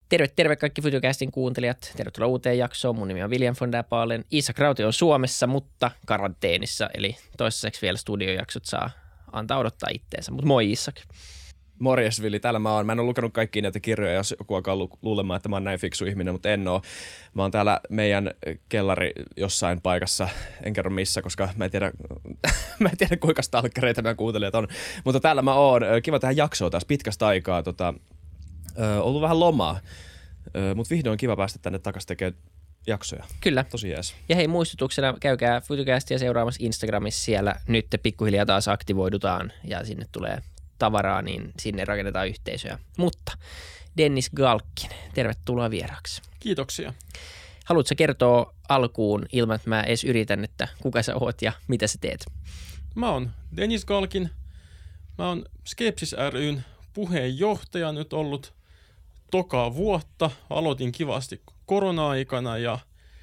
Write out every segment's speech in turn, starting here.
Terve kaikki Futurecastin kuuntelijat. Tervetuloa uuteen jaksoon. Mun nimi on William von der Baalen. Iisak Rauti on Suomessa, mutta karanteenissa. Eli toistaiseksi vielä studiojaksot saa antaa odottaa itteensä. Mutta moi Iisak. Morjes Vili, täällä mä oon. Mä en ole lukenut kaikkia näitä kirjoja, jos joku alkaa luulemaan, että mä oon näin fiksu ihminen, mutta en oo. Mä oon täällä meidän kellari jossain paikassa, en kerro missä, koska mä en tiedä kuinka stalkereita meidän kuuntelijat on. Mutta täällä mä oon. Kiva tehdä jaksoa taas pitkästä aikaa. Ollut vähän lomaa, mutta vihdoin kiva päästä tänne takaisin tekemään jaksoja. Kyllä. Tosi jees. Ja hei, muistutuksena käykää Futurecastia seuraamassa Instagramissa. Siellä nyt pikkuhiljaa taas aktivoidutaan ja sinne tulee tavaraa, niin sinne rakennetaan yhteisöjä. Mutta Dennis Galkin, tervetuloa vieraaksi. Kiitoksia. Haluatko kertoa alkuun ilman, että mä edes yritän, että kuka sä oot ja mitä sä teet? Mä oon Dennis Galkin. Mä oon Skepsis ry:n puheenjohtaja nyt ollut toka vuotta. Aloitin kivasti korona-aikana ja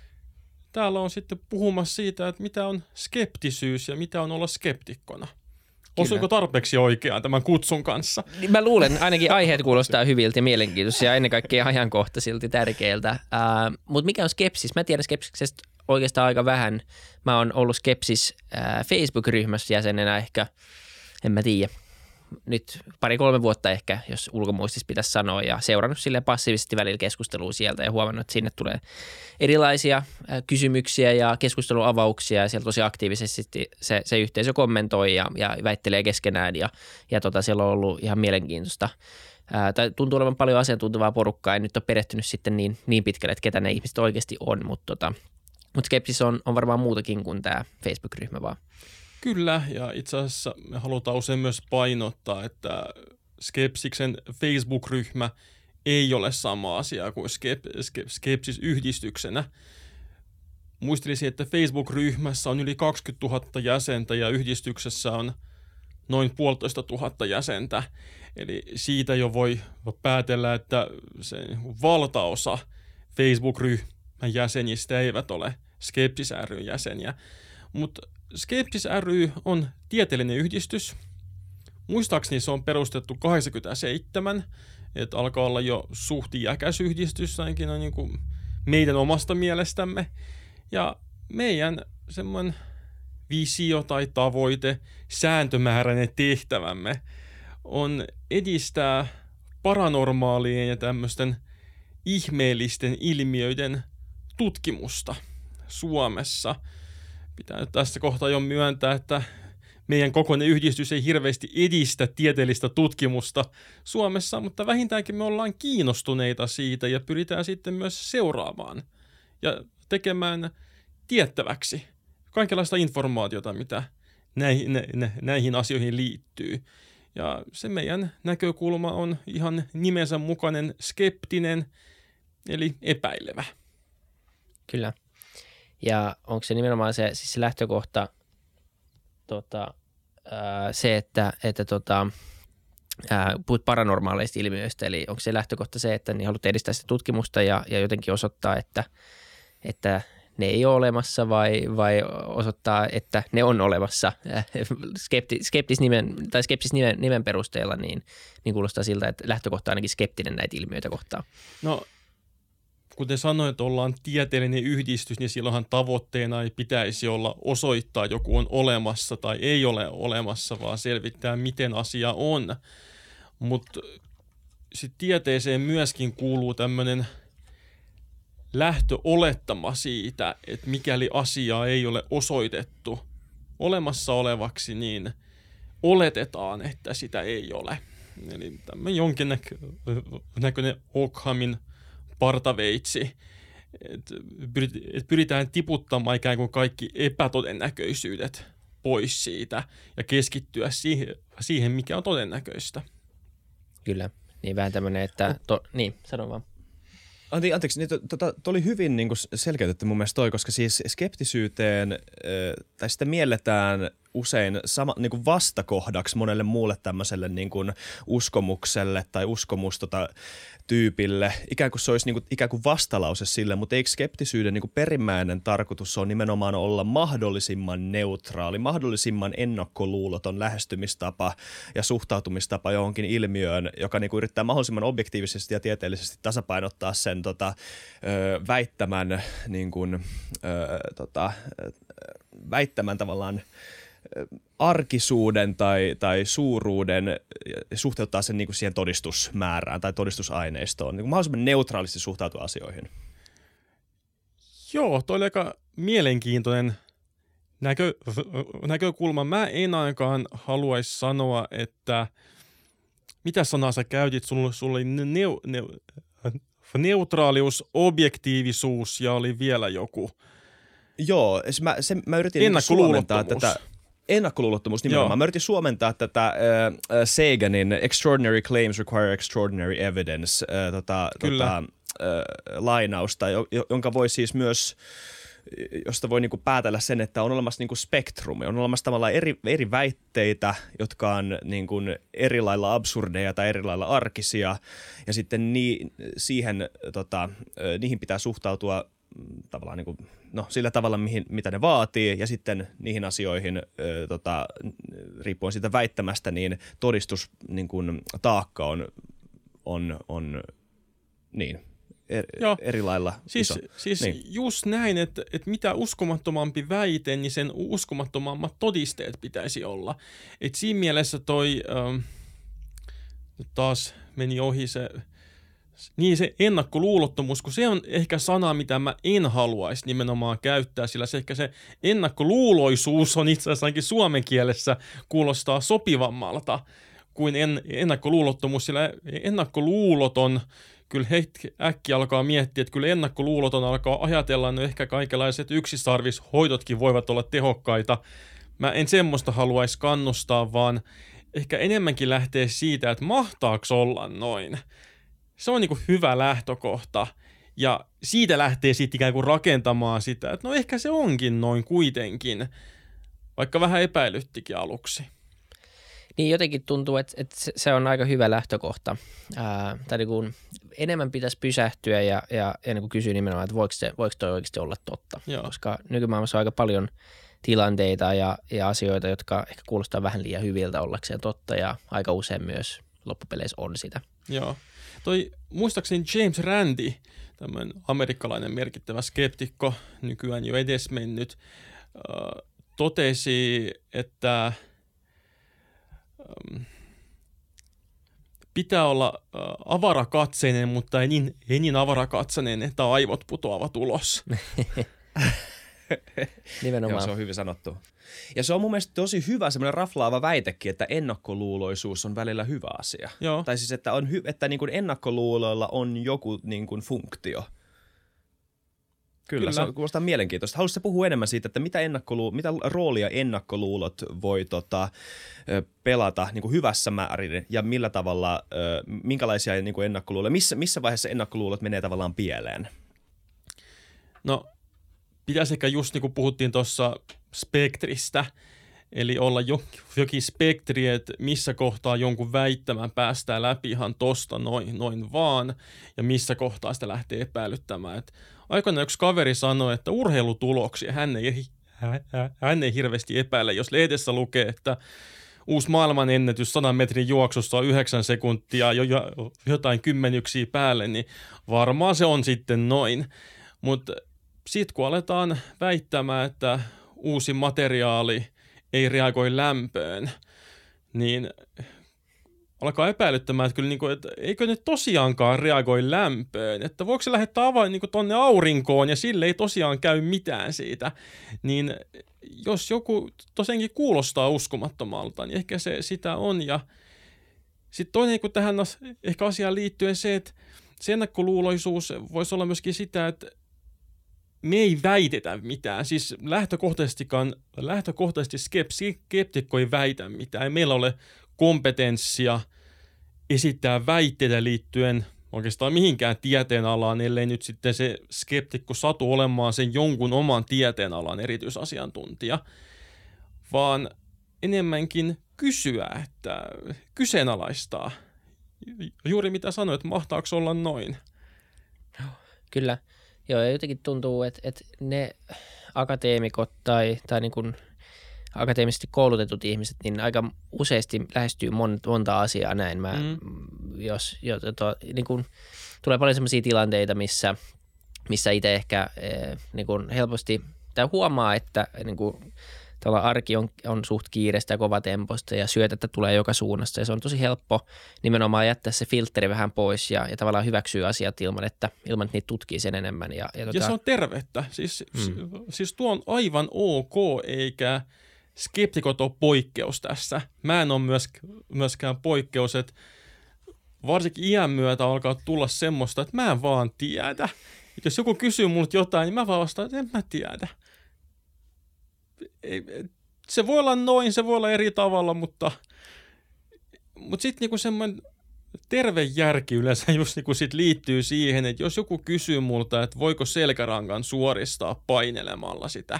täällä on sitten puhumassa siitä, että mitä on skeptisyys ja mitä on olla skeptikkona. Osuiko tarpeeksi oikeaan tämän kutsun kanssa? Mä luulen, ainakin aiheet kuulostaa hyviltä ja mielenkiintoisia ja ennen kaikkea ajankohtaisilta tärkeiltä. Mutta mikä on skepsis? Mä tiedän skepsiksestä oikeastaan aika vähän. Mä oon ollut skepsis Facebook-ryhmässä jäsenenä ehkä, en mä tiedä. Nyt 2-3 vuotta ehkä, jos ulkomuistissa pitäisi sanoa, ja seurannut sille passiivisesti välillä keskustelua sieltä ja huomannut, että sinne tulee erilaisia kysymyksiä ja keskusteluavauksia ja siellä tosi aktiivisesti se yhteisö kommentoi ja väittelee keskenään ja siellä on ollut ihan mielenkiintoista. Tuntuu olevan paljon asiantuntevaa porukkaa, en nyt ole perehtynyt sitten niin pitkälle, että ketä ne ihmiset oikeasti on, mutta Skepsis on varmaan muutakin kuin tämä Facebook-ryhmä vaan. Kyllä, ja itse asiassa me halutaan usein myös painottaa, että Skepsiksen Facebook-ryhmä ei ole sama asia kuin Skepsis yhdistyksenä. Muistelisin, että Facebook-ryhmässä on yli 20 000 jäsentä ja yhdistyksessä on noin 1,5 jäsentä. Eli siitä jo voi päätellä, että se valtaosa Facebook-ryhmän jäsenistä eivät ole Skepsis ry:n jäseniä. Mutta Skepsis ry on tieteellinen yhdistys. Muistaakseni se on perustettu 87, että alkaa olla jo suht iäkäs yhdistys, ainakin on niin kuin meidän omasta mielestämme. Ja meidän semmoinen visio tai tavoite, sääntömääräinen tehtävämme on edistää paranormaalien ja tämmöisten ihmeellisten ilmiöiden tutkimusta Suomessa. Pitää nyt tässä kohtaa jo myöntää, että meidän kokoinen yhdistys ei hirveästi edistä tieteellistä tutkimusta Suomessa, mutta vähintäänkin me ollaan kiinnostuneita siitä ja pyritään sitten myös seuraamaan ja tekemään tiettäväksi kaikenlaista informaatiota, mitä näihin asioihin liittyy. Ja se meidän näkökulma on ihan nimensä mukainen skeptinen, eli epäilevä. Kyllä. Ja onko se nimenomaan se lähtökohta se, että puhut paranormaaleista ilmiöistä, eli onko se lähtökohta se, että niin haluat edistää sitä tutkimusta ja jotenkin osoittaa, että ne ei ole olemassa vai osoittaa, että ne on olemassa skepsis nimen perusteella, niin kuulostaa siltä, että lähtökohta on ainakin skeptinen näitä ilmiöitä kohtaan. No, kuten sanoin, että ollaan tieteellinen yhdistys, niin silloinhan tavoitteena ei pitäisi olla osoittaa, joku on olemassa tai ei ole olemassa, vaan selvittää, miten asia on. Mutta sitten tieteeseen myöskin kuuluu tämmöinen lähtöolettama siitä, että mikäli asiaa ei ole osoitettu olemassa olevaksi, niin oletetaan, että sitä ei ole. Eli tämmöinen jonkinnäköinen Ockhamin partaveitsi, että pyritään tiputtamaan ikään kuin kaikki epätodennäköisyydet pois siitä ja keskittyä siihen mikä on todennäköistä. Kyllä, niin vähän tämmöinen, että niin, sano vaan. Anteeksi, niin oli hyvin niin kuin selkeytetty mun mielestä toi, koska siis skeptisyyteen, tai sitä mielletään usein niin kuin vastakohdaksi monelle muulle tämmöiselle niin kuin uskomukselle tai tyypille. Ikään kuin se olisi niin kuin, ikään kuin vastalause sille, mutta eikö skeptisyyden niin kuin perimmäinen tarkoitus on nimenomaan olla mahdollisimman neutraali, mahdollisimman ennakkoluuloton lähestymistapa ja suhtautumistapa johonkin ilmiöön, joka niin kuin yrittää mahdollisimman objektiivisesti ja tieteellisesti tasapainottaa sen väittämän, niin kuin, väittämän tavallaan arkisuuden tai suuruuden suhteuttaa sen niin kuin siihen todistusmäärään tai todistusaineistoon. Niin kuin mahdollisimman neutraalisti suhtautua asioihin. Joo, toi oli aika mielenkiintoinen näkökulma. Mä en ainakaan haluaisi sanoa, että mitä sanaa sä käytit, sulla oli neutraalius, objektiivisuus ja oli vielä joku. Joo, mä yritin suomentaa tätä. Ennakkoluulottomuus nimenomaan. Joo. Mä yritin suomentaa tätä Saganin Extraordinary Claims Require Extraordinary Evidence lainausta, jonka voi siis myös, josta voi niinku päätellä sen, että on olemassa niinku spektrumi, on olemassa tavallaan eri väitteitä, jotka on niinku eri lailla absurdeja tai eri lailla arkisia, ja sitten niihin pitää suhtautua tavallaan niinku, sillä tavalla, mitä ne vaatii, ja sitten niihin asioihin riippuen siitä väittämästä, niin todistus niin kuin, taakka on niin eri lailla siis, iso. Siis niin. Just näin, että mitä uskomattomampi väite, niin sen uskomattomammat todisteet pitäisi olla. Et siinä mielessä toi, nyt taas meni ohi se ennakkoluulottomuus, kun se on ehkä sana, mitä mä en haluaisi nimenomaan käyttää, sillä se ehkä se ennakkoluuloisuus on itse asiassa ainakin suomen kielessä kuulostaa sopivammalta kuin ennakkoluulottomuus, sillä ennakkoluuloton kyllä äkkiä alkaa miettiä, että kyllä ennakkoluuloton alkaa ajatella, että ehkä kaikenlaiset yksisarvishoidotkin voivat olla tehokkaita. Mä en semmoista haluaisi kannustaa, vaan ehkä enemmänkin lähtee siitä, että mahtaako olla noin. Se on niin kuin hyvä lähtökohta ja siitä lähtee sitten ikään kuin rakentamaan sitä, että no ehkä se onkin noin kuitenkin, vaikka vähän epäilyttikin aluksi. Niin jotenkin tuntuu, että se on aika hyvä lähtökohta. Tai niin kuin enemmän pitäisi pysähtyä ja niin kuin kysyä nimenomaan, että voiko toi oikeasti olla totta. Joo. Koska nykymaailmassa on aika paljon tilanteita ja asioita, jotka ehkä kuulostaa vähän liian hyviltä ollakseen totta ja aika usein myös loppupeleissä on sitä. Joo. Muistaakseni James Randi, tämmöinen amerikkalainen merkittävä skeptikko, nykyään jo edesmennyt, totesi, että pitää olla avarakatseinen, mutta ei niin avarakatseinen, että aivot putoavat ulos. Nimenomaan. Joo, se on hyvin sanottu. Ja se on mun mielestä tosi hyvä semmoinen raflaava väitekin, että ennakkoluuloisuus on välillä hyvä asia. Joo. Tai siis, että, että niin kuin ennakkoluuloilla on joku niin kuin funktio. Kyllä. Se kuulostaa mielenkiintoista. Haluaisitko puhua enemmän siitä, että mitä roolia ennakkoluulot voi pelata niin kuin hyvässä määrin ja millä tavalla, minkälaisia niin kuin ennakkoluuloja, missä vaiheessa ennakkoluulot menee tavallaan pieleen? No, pitäisi ehkä just niin kuin puhuttiin tuossa spektristä, eli olla jokin spektri, että missä kohtaa jonkun väittämän päästään läpi ihan tosta noin vaan, ja missä kohtaa sitä lähtee epäilyttämään. Et aikoinaan yksi kaveri sanoi, että urheilutuloksia hän ei hirveästi epäile, jos lehdessä lukee, että uusi maailmanennätys 100 metrin juoksussa on 9 sekuntia jotain kymmenyksiä päälle, niin varmaan se on sitten noin. Mutta sitten kun aletaan väittämään, että uusi materiaali ei reagoi lämpöön, niin alkaa epäilyttämään, että kyllä että eikö ne tosiaankaan reagoi lämpöön, että voiko se lähettää tuonne aurinkoon ja sille ei tosiaan käy mitään siitä, niin jos joku tosiaankin kuulostaa uskomattomalta, niin ehkä se sitä on. Ja sitten toinen tähän ehkä asiaan liittyen se, että se ennakkoluuloisuus voisi olla myöskin sitä, että me ei väitetä mitään. Siis lähtökohtaisesti skeptikko ei väitä mitään. Ei meillä ole kompetenssia esittää väitteitä liittyen oikeastaan mihinkään tieteenalaan, ellei nyt sitten se skeptikko satu olemaan sen jonkun oman tieteenalan erityisasiantuntija. Vaan enemmänkin kysyä, että kyseenalaistaa. Juuri mitä sanoit, mahtaako olla noin? Kyllä. Joo, ja jotenkin tuntuu, että ne akateemikot tai niin kuin akateemisesti koulutetut ihmiset, niin aika useasti lähestyy monta asiaa näin. Niin kuin, tulee paljon sellaisia tilanteita, missä itse ehkä niin kuin helposti tai huomaa, että niin kuin, arki on suht kiireistä ja kovatempoista ja syötettä tulee joka suunnasta ja se on tosi helppo nimenomaan jättää se filtteri vähän pois ja tavallaan hyväksyy asiat ilman, että niitä tutkii sen enemmän. Ja se on tervettä. Siis tuo on aivan ok, eikä skeptikot ole poikkeus tässä. Mä en ole myöskään poikkeus, että varsinkin iän myötä alkaa tulla semmoista, että mä en vaan tiedä. Jos joku kysyy multa jotain, niin mä vaan vastaan, että en mä tiedä. Se voi olla noin, se voi olla eri tavalla, mutta sitten niinku semmoinen terve järki yleensä just niinku sit liittyy siihen, että jos joku kysyy multa, että voiko selkärangan suoristaa painelemalla sitä.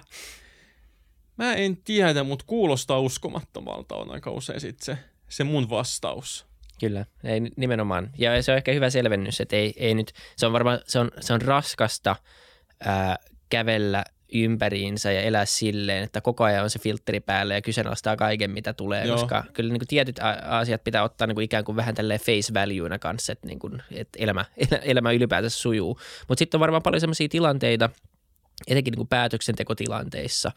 Mä en tiedä, mutta kuulostaa uskomattomalta on aika usein sit se mun vastaus. Kyllä, ei nimenomaan. Ja se on ehkä hyvä selvennys, että ei nyt, se on varmaan, se on raskasta kävellä ympäriinsä ja elää silleen, että koko ajan on se filtteri päällä ja kyseenalaistaa kaiken, mitä tulee, Joo. koska kyllä niin kuin tietyt asiat pitää ottaa niin kuin ikään kuin vähän tälleen face valuena kanssa, että, niin kuin, että elämä ylipäätänsä sujuu. Mutta sitten on varmaan paljon sellaisia tilanteita, etenkin niin kuin päätöksentekotilanteissa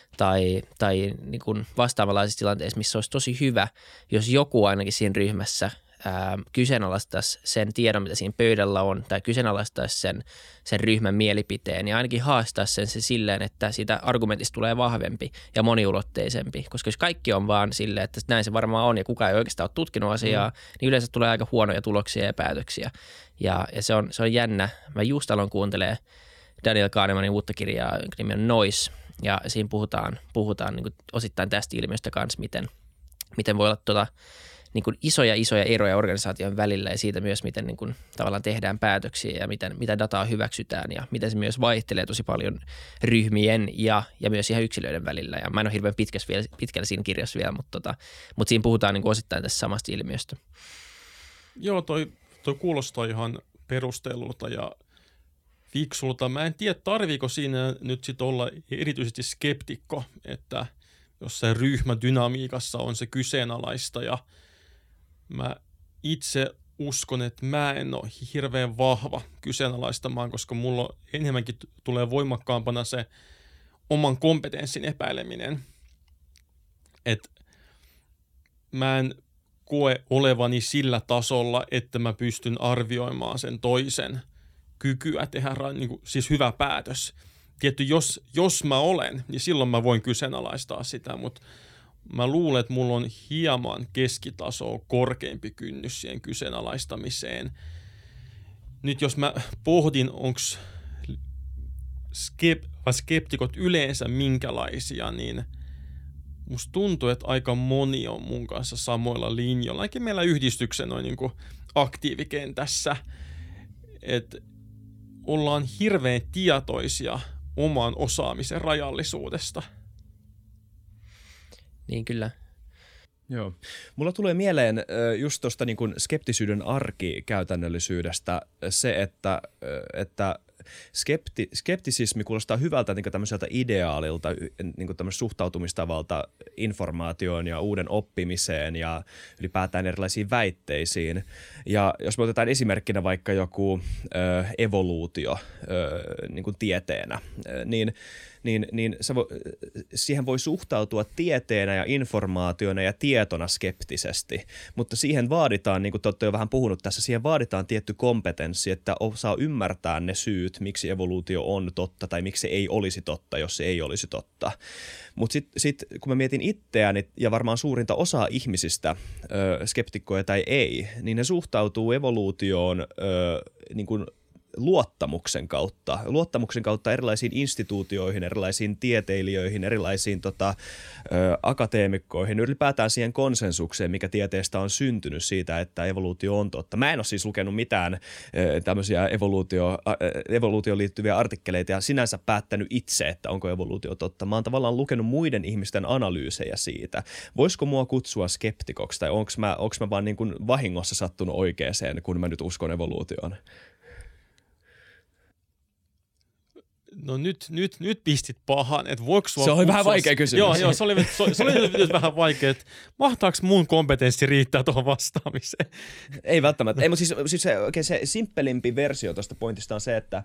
tai niin kuin vastaavanlaisissa tilanteissa, missä olisi tosi hyvä, jos joku ainakin siinä ryhmässä kyseenalaistaisi sen tiedon, mitä siinä pöydällä on, tai kyseenalaistaisi sen ryhmän mielipiteen, ja ainakin haastaisi sen silleen, että siitä argumentista tulee vahvempi ja moniulotteisempi, koska jos kaikki on vaan silleen, että näin se varmaan on, ja kukaan ei oikeastaan ole tutkinut asiaa, niin yleensä tulee aika huonoja tuloksia ja päätöksiä, ja se on jännä. Mä just aloin kuuntelemaan Daniel Kahnemanin uutta kirjaa, jonka nimi on Noise, ja siinä puhutaan niin kuin osittain tästä ilmiöstä kanssa, miten voi olla niin kuin isoja eroja organisaation välillä ja siitä myös, miten niin kuin tavallaan tehdään päätöksiä ja mitä dataa hyväksytään ja miten se myös vaihtelee tosi paljon ryhmien ja myös ihan yksilöiden välillä. Ja mä en ole hirveän pitkällä siinä kirjassa vielä, mutta siinä puhutaan niin kuin osittain tässä samasta ilmiöstä. Joo, toi kuulostaa ihan perustellulta ja fiksulta. Mä en tiedä, tarviiko siinä nyt sit olla erityisesti skeptikko, että jos se ryhmädynamiikassa on se kyseenalaista ja mä itse uskon, että mä en ole hirveän vahva kyseenalaistamaan, koska mulla enemmänkin tulee voimakkaampana se oman kompetenssin epäileminen. Että mä en koe olevani sillä tasolla, että mä pystyn arvioimaan sen toisen kykyä tehdä siis hyvä päätös. Tietty, jos mä olen, niin silloin mä voin kyseenalaistaa sitä, mutta mä luulen, että mulla on hieman keskitasoa korkeampi kynnys siihen kyseenalaistamiseen. Nyt jos mä pohdin, onko skeptikot yleensä minkälaisia, niin musta tuntuu, että aika moni on mun kanssa samoilla linjoilla. Ainakin meillä yhdistyksen noin niin kuin aktiivikentässä, että ollaan hirveän tietoisia oman osaamisen rajallisuudesta. Niin kyllä. Joo. Mulla tulee mieleen just tuosta niin kuin skeptisyyden arkikäytännöllisyydestä se, että skeptisismi kuulostaa hyvältä niin kuin tämmöiseltä ideaalilta, niin kuin tämmöiseltä suhtautumistavalta informaatioon ja uuden oppimiseen ja ylipäätään erilaisiin väitteisiin. Ja jos me otetaan esimerkkinä vaikka joku evoluutio niin kuin tieteenä, niin siihen voi suhtautua tieteenä ja informaationa ja tietona skeptisesti, mutta siihen vaaditaan, niin kuin te olette jo vähän puhunut tässä, siihen vaaditaan tietty kompetenssi, että osaa ymmärtää ne syyt, miksi evoluutio on totta tai miksi se ei olisi totta, jos se ei olisi totta. Mutta sitten kun mä mietin itseäni ja varmaan suurinta osaa ihmisistä, skeptikkoja tai ei, niin ne suhtautuu evoluutioon niin kuin luottamuksen kautta erilaisiin instituutioihin, erilaisiin tieteilijöihin, erilaisiin akateemikkoihin, ylipäätään siihen konsensukseen, mikä tieteestä on syntynyt siitä, että evoluutio on totta. Mä en ole siis lukenut mitään tämmöisiä evoluutioon liittyviä artikkeleita ja sinänsä päättänyt itse, että onko evoluutio totta. Mä oon tavallaan lukenut muiden ihmisten analyysejä siitä. Voisiko mua kutsua skeptikoksi tai onko mä vaan niin kuin vahingossa sattunut oikeeseen, kun mä nyt uskon evoluutioon? No nyt pistit pahan, että voiko sua se oli vähän vaikea kysymys. Joo, se oli nyt vähän vaikea, että mahtaako mun kompetenssi riittää tuohon vastaamiseen? Ei välttämättä. Ei, mutta siis se simppelimpi versio tuosta pointista on se, että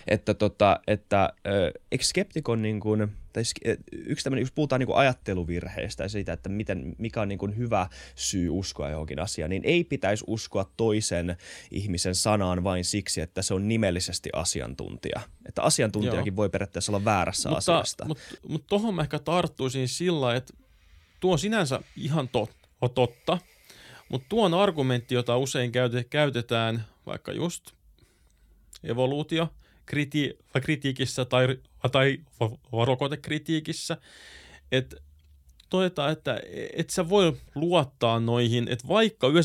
eikö skeptikon niin kuin, tai yksi tämmöinen, jos puhutaan niin kuin ajatteluvirheistä ja siitä, että mikä on niin kuin hyvä syy uskoa johonkin asiaan, niin ei pitäisi uskoa toisen ihmisen sanaan vain siksi, että se on nimellisesti asiantuntija. Että asiantuntijakin voi periaatteessa olla väärässä asiasta. Mutta tohon mä ehkä tarttuisin sillä, että tuo on sinänsä ihan totta, mutta tuo on argumentti, jota usein käytetään vaikka just kritiikissä tai rokotekritiikissä, että todetaan, että et sä voi luottaa noihin, että vaikka 99%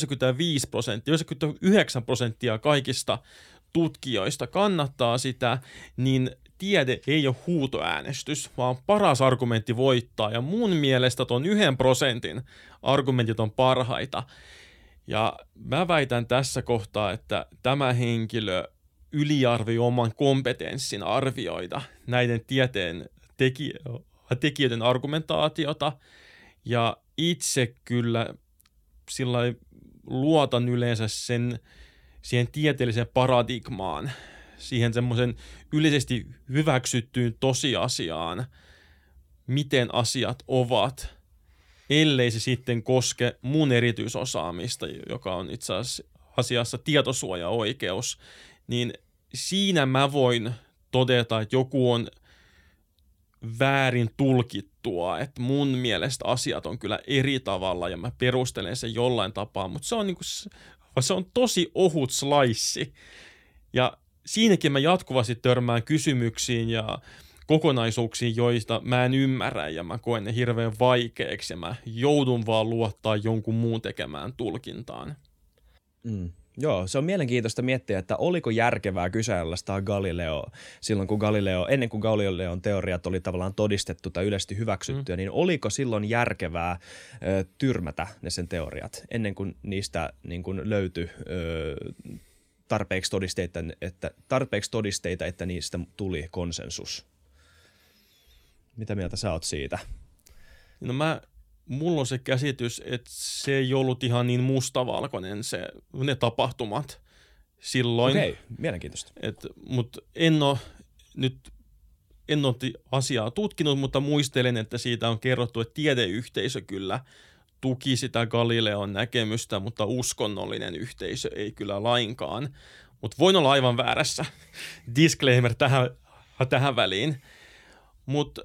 kaikista tutkijoista kannattaa sitä, niin tiede ei ole huutoäänestys, vaan paras argumentti voittaa. Ja mun mielestä ton 1% argumentit on parhaita. Ja mä väitän tässä kohtaa, että tämä henkilö yliarvioi oman kompetenssin arvioida näiden tieteen tekijöiden argumentaatiota. Ja itse kyllä sillä luotan yleensä siihen tieteelliseen paradigmaan, siihen semmoisen yleisesti hyväksyttyyn tosiasiaan, miten asiat ovat, ellei se sitten koske mun erityisosaamista, joka on itse asiassa tietosuojaoikeus, niin siinä mä voin todeta, että joku on väärin tulkittua, että mun mielestä asiat on kyllä eri tavalla ja mä perustelen sen jollain tapaa, mutta se on tosi ohut slice. Ja siinäkin mä jatkuvasti törmään kysymyksiin ja kokonaisuuksiin, joista mä en ymmärrä ja mä koen ne hirveän vaikeaksi ja mä joudun vaan luottaa jonkun muun tekemään tulkintaan. Joo, se on mielenkiintoista miettiä, että oliko järkevää kyseenalaistaa Galileo silloin, ennen kuin Galileon teoriat oli tavallaan todistettu tai yleisesti hyväksyttyä, niin oliko silloin järkevää tyrmätä ne sen teoriat ennen kuin niistä niin kuin löytyi tarpeeksi todisteita, että niistä tuli konsensus. Mitä mieltä sä oot siitä? No mulla on se käsitys, että se ei ollut ihan niin mustavalkoinen ne tapahtumat silloin. Okei, mielenkiintoista. Mutta en ole asiaa tutkinut, mutta muistelen, että siitä on kerrottu, että tiedeyhteisö kyllä tuki sitä Galileon näkemystä, mutta uskonnollinen yhteisö ei kyllä lainkaan. Mutta voin olla aivan väärässä. Disclaimer tähän väliin. Mutta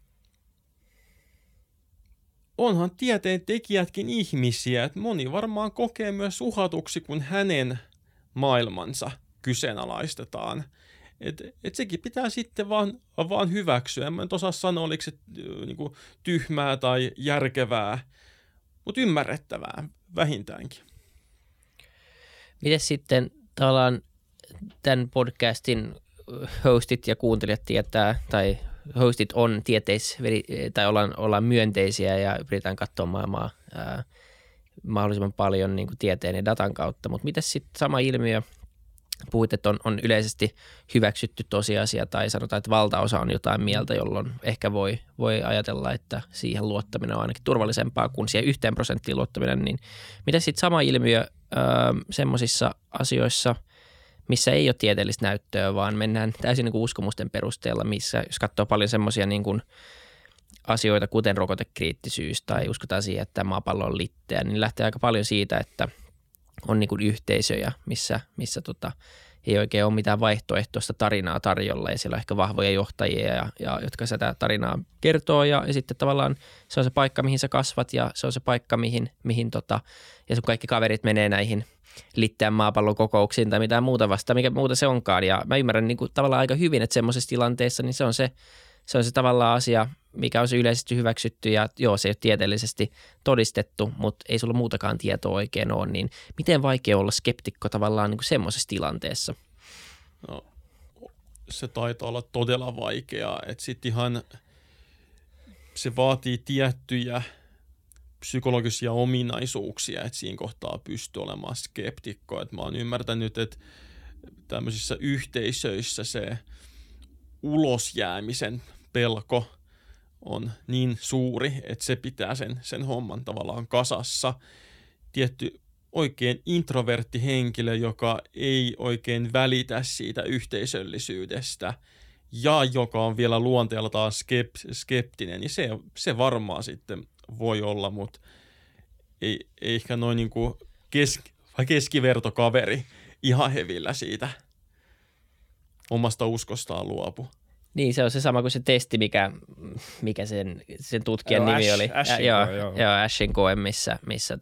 onhan tieteen tekijätkin ihmisiä, että moni varmaan kokee myös uhatuksi, kun hänen maailmansa kyseenalaistetaan. Et sekin pitää sitten vaan hyväksyä. En osaa sanoa, oliko se niinku tyhmää tai järkevää, mutta ymmärrettävää vähintäänkin. Miten sitten tavallaan tämän podcastin hostit ja kuuntelijat tietää, tai hostit on tai ollaan myönteisiä ja pyritään katsoa maailmaa mahdollisimman paljon niin kuin tieteen ja datan kautta, mutta miten sitten sama ilmiö, puhuit, että on yleisesti hyväksytty tosiasia tai sanotaan, että valtaosa on jotain mieltä, jolloin ehkä voi ajatella, että siihen luottaminen on ainakin turvallisempaa kuin siihen 1% luottaminen, niin miten sitten sama ilmiö semmoisissa asioissa, missä ei ole tieteellistä näyttöä, vaan mennään täysin niin kuin uskomusten perusteella, missä jos katsoo paljon semmoisia niin kuin asioita, kuten rokotekriittisyys tai uskotaan siihen, että maapallo on litteä, niin lähtee aika paljon siitä, että on niin kuin yhteisöjä, missä ei oikein ole mitään vaihtoehtoista tarinaa tarjolla ja siellä on ehkä vahvoja johtajia, ja jotka sitä tarinaa kertoo ja sitten tavallaan se on se paikka, mihin sä kasvat ja se on se paikka, mihin ja sun kaikki kaverit menee näihin Litteän maapallon kokouksiin tai mitään muuta vastaan, mikä muuta se onkaan. Ja mä ymmärrän niin kuin tavallaan aika hyvin, että semmoisessa tilanteessa niin se on se tavallaan asia, mikä on se yleisesti hyväksytty ja joo, se ei ole tieteellisesti todistettu, mutta ei sulla muutakaan tietoa oikein ole, niin miten vaikea olla skeptikko tavallaan niin kuin semmoisessa tilanteessa? No, se taitaa olla todella vaikeaa, että sitten ihan se vaatii tiettyjä psykologisia ominaisuuksia, että siinä kohtaa pystyy olemaan skeptikko. Että mä oon ymmärtänyt, että tämmöisissä yhteisöissä se ulosjäämisen pelko on niin suuri, että se pitää sen homman tavallaan kasassa. Tietty oikein introvertti henkilö, joka ei oikein välitä siitä yhteisöllisyydestä ja joka on vielä luonteeltaan skeptinen, niin se varmaan sitten voi olla, mutta ei ehkä noin niin kuin keskivertokaveri ihan hevillä siitä omasta uskostaan luopu. Niin, se on se sama kuin se testi, mikä sen tutkijan nimi oli. Ashen koe, missä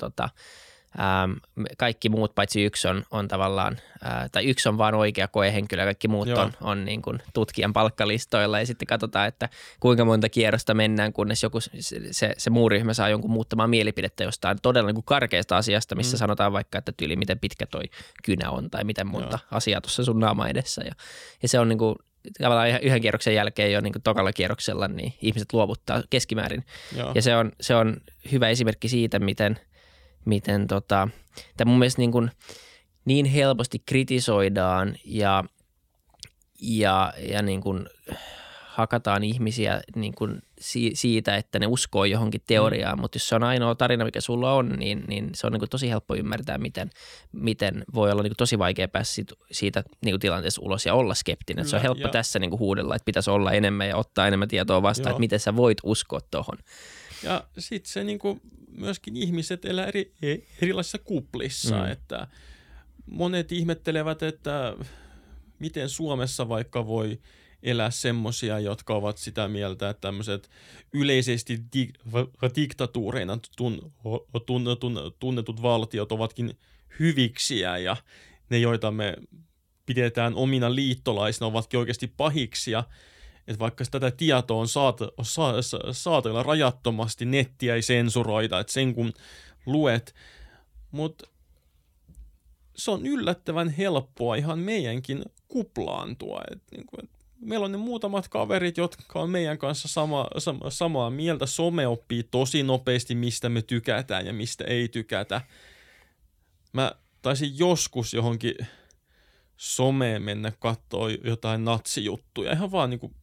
kaikki muut paitsi yksi on tavallaan, tai yksi on vaan oikea koehenkilö, kaikki muut on niin kuin tutkijan palkkalistoilla ja sitten katsotaan, että kuinka monta kierrosta mennään, kunnes joku se muu ryhmä saa jonkun muuttamaan mielipidettä jostain todella niin kuin karkeasta asiasta, missä sanotaan vaikka, että tyyli miten pitkä toi kynä on tai miten monta asiaa tuossa sun naama edessä ja se on niin kuin tavallaan yhden kierroksen jälkeen jo niin kuin tokalla kierroksella, niin ihmiset luovuttaa keskimäärin. Joo. Ja se on hyvä esimerkki siitä, miten tämä mun mielestä niin helposti kritisoidaan ja niin kuin hakataan ihmisiä niin kuin siitä, että ne uskoo johonkin teoriaan, mutta jos se on ainoa tarina, mikä sulla on, niin se on niin kuin tosi helppo ymmärtää, miten voi olla niin kuin tosi vaikea päästä siitä niin kuin tilanteessa ulos ja olla skeptinen. Se on helppo tässä niin kuin huudella, että pitäisi olla enemmän ja ottaa enemmän tietoa vastaan, että miten sä voit uskoa tohon. Ja sitten se niinku, myöskin ihmiset elää erilaisissa kuplissa, että monet ihmettelevät, että miten Suomessa vaikka voi elää semmoisia, jotka ovat sitä mieltä, että tämmöiset yleisesti diktatuureina tunnetut valtiot ovatkin hyviksiä ja ne, joita me pidetään omina liittolaisina, ovatkin oikeasti pahiksia. Että vaikka tätä tietoa on saatavilla rajattomasti, nettiä ei sensuroida, että sen kun luet, mutta se on yllättävän helppoa ihan meidänkin kuplaantua. Meillä on ne muutamat kaverit, jotka on meidän kanssa samaa mieltä. Some oppii tosi nopeasti, mistä me tykätään ja mistä ei tykätä. Mä taisin joskus johonkin someen mennä katsoa jotain natsijuttuja, ihan vaan niinku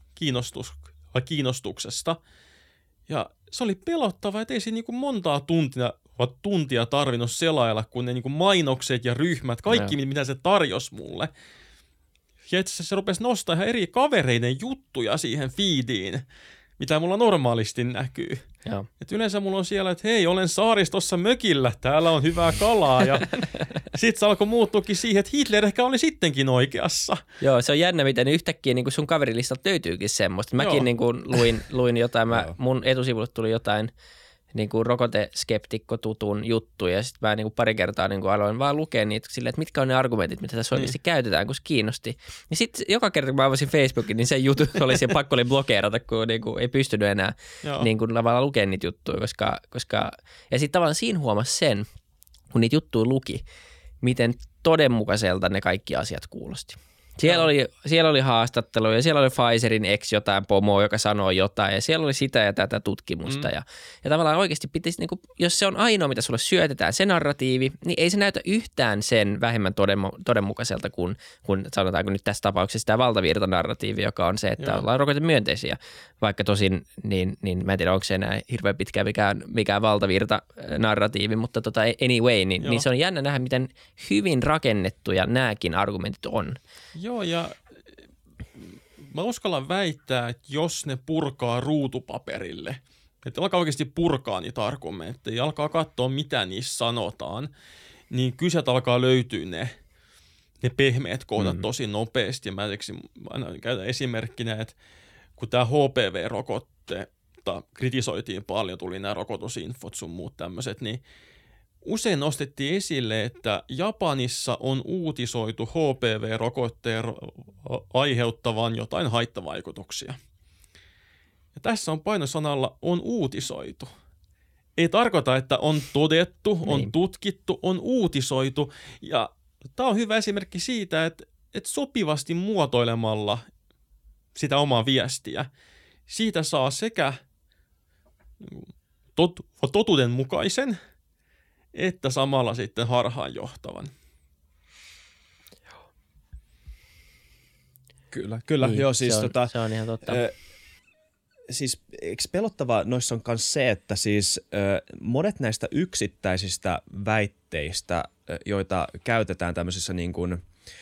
kiinnostuksesta. Ja se oli pelottava, että ei siinä niinku montaa tuntia tarvinnut selailla, kun ne niinku mainokset ja ryhmät, kaikki mitä se tarjosi mulle. Ja itse asiassa se rupesi nostaa ihan eri kavereiden juttuja siihen feediin, mitä mulla normaalisti näkyy. Et yleensä mulla on siellä, että hei, olen saaristossa mökillä, täällä on hyvää kalaa. Ja sitten se alkoi muuttuukin siihen, että Hitler ehkä oli sittenkin oikeassa. Joo, se on jännä, miten yhtäkkiä niin sun kaverilistalta löytyykin semmoista. Mäkin niin kuin luin jotain, mun etusivulle tuli jotain niin kuin rokoteskeptikko-tutun juttuja, ja sitten mä niin kuin pari kertaa niin kuin aloin vaan lukea niitä silleen, että mitkä on ne argumentit, mitä tässä oikeasti käytetään, kun se kiinnosti. Ja sitten joka kerta, kun mä avasin Facebookin, niin se juttu oli siellä pakko oli blokeerata, kun niin kuin ei pystynyt enää niin kuin tavallaan lukemaan niitä juttuja, koska ja sitten tavallaan siinä huomasi sen, kun niitä juttuja luki, miten todenmukaiselta ne kaikki asiat kuulosti. Siellä oli haastatteluja, siellä oli Pfizerin jotain pomoa, joka sanoo jotain, ja siellä oli sitä ja tätä tutkimusta. Ja tavallaan oikeasti pitäisi, niin kuin, jos se on ainoa, mitä sulle syötetään, se narratiivi, niin ei se näytä yhtään sen vähemmän todenmukaiselta kuin sanotaanko nyt tässä tapauksessa tämä valtavirtanarratiivi, joka on se, että ollaan rokotemyönteisiä. Vaikka tosin, niin mä en tiedä, onko se enää hirveän pitkä mikään valtavirtanarratiivi, mutta anyway, niin se on jännä nähdä, miten hyvin rakennettuja nämäkin argumentit on. Joo, ja mä uskallan väittää, että jos ne purkaa ruutupaperille, että alkaa oikeasti purkaa niitä argumentteja ja alkaa katsoa, mitä niissä sanotaan, niin kyllä sieltä alkaa löytyä ne ne pehmeät kohdat tosi nopeasti. Ja mä aina käytän esimerkkinä, että kun tämä HPV-rokotetta kritisoitiin paljon, tuli nämä rokotusinfot sun muut tämmöiset, niin usein nostettiin esille, että Japanissa on uutisoitu HPV-rokotteen aiheuttavan jotain haittavaikutuksia. Ja tässä on painosanalla on uutisoitu. Ei tarkoita, että on todettu, on tutkittu, on uutisoitu. Ja tämä on hyvä esimerkki siitä, että sopivasti muotoilemalla sitä omaa viestiä, siitä saa sekä totuudenmukaisen että samalla sitten harhaanjohtavan. Kyllä. Niin, joo, siis se on ihan totta. Siis eikö pelottavaa noissa on myös se, että siis monet näistä yksittäisistä väitteistä, joita käytetään tämmöisissä niin kuin,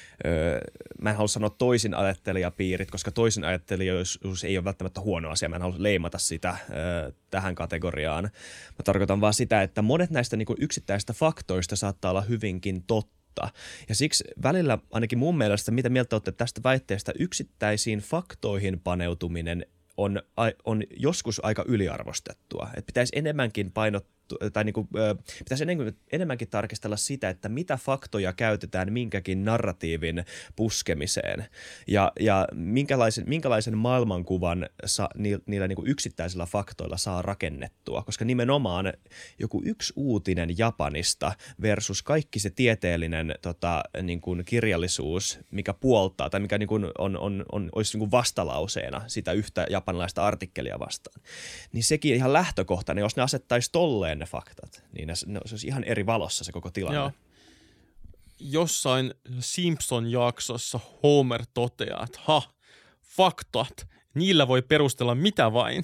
mä en halua sanoa toisin ajattelijapiirit, koska toisin ajattelijuus ei ole välttämättä huono asia, mä en halua leimata sitä tähän kategoriaan. Mä tarkoitan vaan sitä, että monet näistä niin kuin yksittäisistä faktoista saattaa olla hyvinkin totta. Ja siksi välillä ainakin mun mielestä, mitä mieltä olette tästä väitteestä, yksittäisiin faktoihin paneutuminen on joskus aika yliarvostettua. Että pitäisi enemmänkin tai niin kuin, pitäisi enemmänkin tarkistella sitä, että mitä faktoja käytetään minkäkin narratiivin puskemiseen ja minkälaisen maailmankuvan niillä niin kuin yksittäisillä faktoilla saa rakennettua, koska nimenomaan joku yksi uutinen Japanista versus kaikki se tieteellinen niin kuin kirjallisuus, mikä puoltaa tai mikä niin kuin olisi niin kuin vastalauseena sitä yhtä japanilaista artikkelia vastaan, niin sekin ihan lähtökohtainen, jos ne asettaisi tolleen ne faktat, niin se olisi ihan eri valossa se koko tilanne. Joo. Jossain Simpson-jaksossa Homer toteaa, että faktat, niillä voi perustella mitä vain.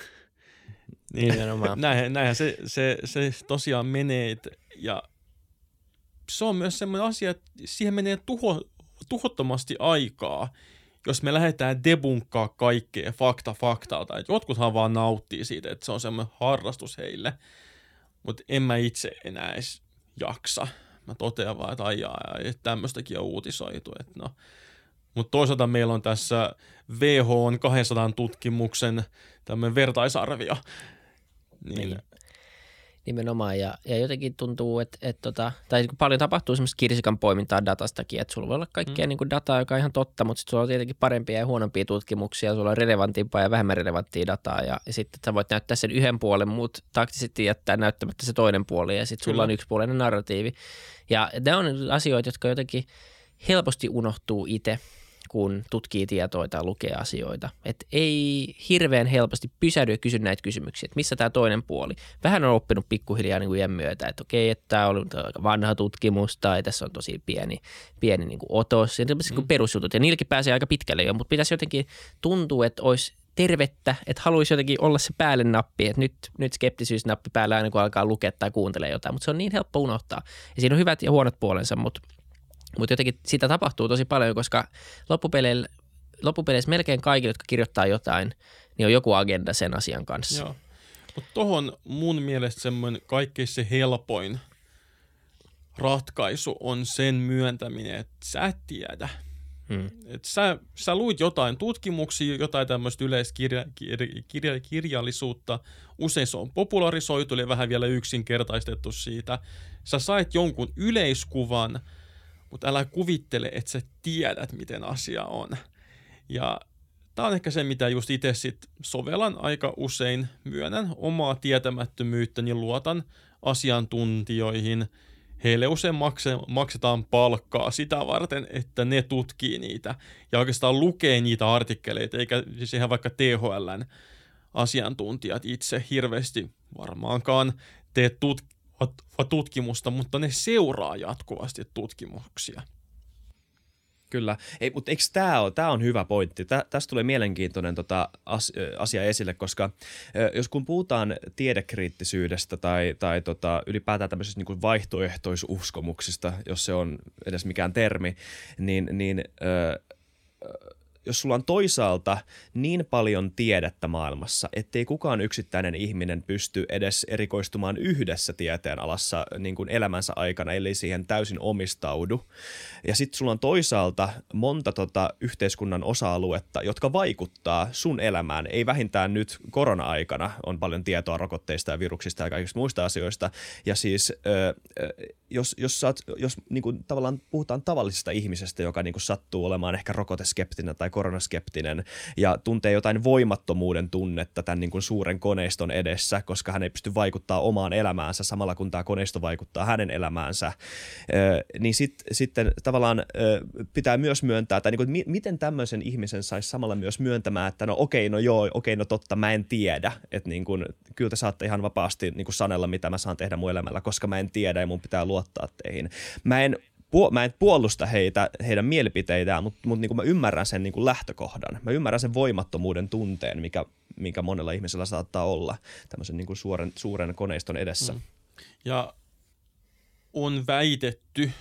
Niin, näinhän se tosiaan menee, ja se on myös semmoinen asia, että siihen menee tuhottomasti aikaa, jos me lähdetään debunkkaa kaikkea faktalta. Et jotkuthan vaan nauttii siitä, että se on semmoinen harrastus heille, mutta en mä itse enää edes jaksa. Mä totean vaan, että tämmöistäkin on uutisoitu. Mutta toisaalta meillä on tässä WHO:n 200 tutkimuksen tämmöinen vertaisarvio. Niin. Nimenomaan, ja jotenkin tuntuu, tai paljon tapahtuu semmoista kirsikan poimintaa datastakin, että sulla voi olla kaikkea niin kuin dataa, joka on ihan totta, mutta sitten sulla on tietenkin parempia ja huonompia tutkimuksia, sulla on relevantimpaa ja vähemmän relevanttia dataa, ja sitten sä voit näyttää sen yhden puolen, mutta taktisesti jättää näyttämättä se toinen puoli, ja sitten sulla on yksipuolinen narratiivi. Ja nämä on asioita, jotka jotenkin helposti unohtuu itse, kun tutkii tietoa tai lukee asioita. Että ei hirveän helposti pysähdy ja kysy näitä kysymyksiä, että missä tämä toinen puoli. Vähän on oppinut pikkuhiljaa niin kuin iän myötä, että okei, että tämä on aika vanha tutkimus tai tässä on tosi pieni niin kuin otos. Ja niin perusjutut, ja niilläkin pääsee aika pitkälle jo, mutta pitäisi jotenkin tuntua, että olisi tervettä, että haluaisi jotenkin olla se päälle nappi, että nyt skeptisyysnappi päällä aina kun alkaa lukea tai kuuntelee jotain, mutta se on niin helppo unohtaa. Ja siinä on hyvät ja huonot puolensa, mutta jotenkin sitä tapahtuu tosi paljon, koska loppupeleissä melkein kaikille, jotka kirjoittaa jotain, niin on joku agenda sen asian kanssa. Joo, mutta tohon mun mielestä semmoinen kaikkein se helpoin ratkaisu on sen myöntäminen, että sä et tiedä. Että sä luit jotain tutkimuksia, jotain tämmöistä yleiskirjallisuutta, usein se on popularisoitu ja vähän vielä yksinkertaistettu siitä. Sä sait jonkun yleiskuvan, mutta älä kuvittele, että sä tiedät, miten asia on. Ja tää on ehkä se, mitä just itse sit sovellan aika usein. Myönnän omaa tietämättömyyttäni, luotan asiantuntijoihin. Heille usein maksetaan palkkaa sitä varten, että ne tutkii niitä ja oikeastaan lukee niitä artikkeleita, eikä siis ihan vaikka THL:n asiantuntijat itse hirveästi varmaankaan tee tutkimusta, mutta ne seuraa jatkuvasti tutkimuksia. Kyllä. Ei, mutta eikö tämä on hyvä pointti? Tästä tulee mielenkiintoinen asia esille, koska jos kun puhutaan tiedekriittisyydestä tai ylipäätään tämmöisistä niin kuin vaihtoehtoisuskomuksista, jos se on edes mikään termi, niin jos sulla on toisaalta niin paljon tiedettä maailmassa, ettei kukaan yksittäinen ihminen pysty edes erikoistumaan yhdessä tieteenalassa niin kuin elämänsä aikana, ellei siihen täysin omistaudu. Ja sitten sulla on toisaalta monta yhteiskunnan osa-aluetta, jotka vaikuttaa sun elämään. Ei vähintään nyt korona-aikana on paljon tietoa rokotteista ja viruksista ja kaikista muista asioista. Ja siis jos niin kuin tavallaan puhutaan tavallisesta ihmisestä, joka niin kuin sattuu olemaan ehkä rokoteskeptinen tai koronaskeptinen ja tuntee jotain voimattomuuden tunnetta tämän niin kuin suuren koneiston edessä, koska hän ei pysty vaikuttaa omaan elämäänsä samalla kun tämä koneisto vaikuttaa hänen elämäänsä, niin sitten tavallaan pitää myös myöntää, tai niin kuin, miten tämmöisen ihmisen saisi samalla myös myöntämään, että no totta, mä en tiedä, että niin kuin, kyllä te saatte ihan vapaasti niin kuin sanella, mitä mä saan tehdä mun elämällä, koska mä en tiedä ja mun pitää luottaa teihin. Mä en puolusta heidän mielipiteitään, mutta niin kuin mä ymmärrän sen niin kuin lähtökohdan. Mä ymmärrän sen voimattomuuden tunteen, mikä monella ihmisellä saattaa olla tämmöisen niin kuin suuren koneiston edessä. Ja on väitetty,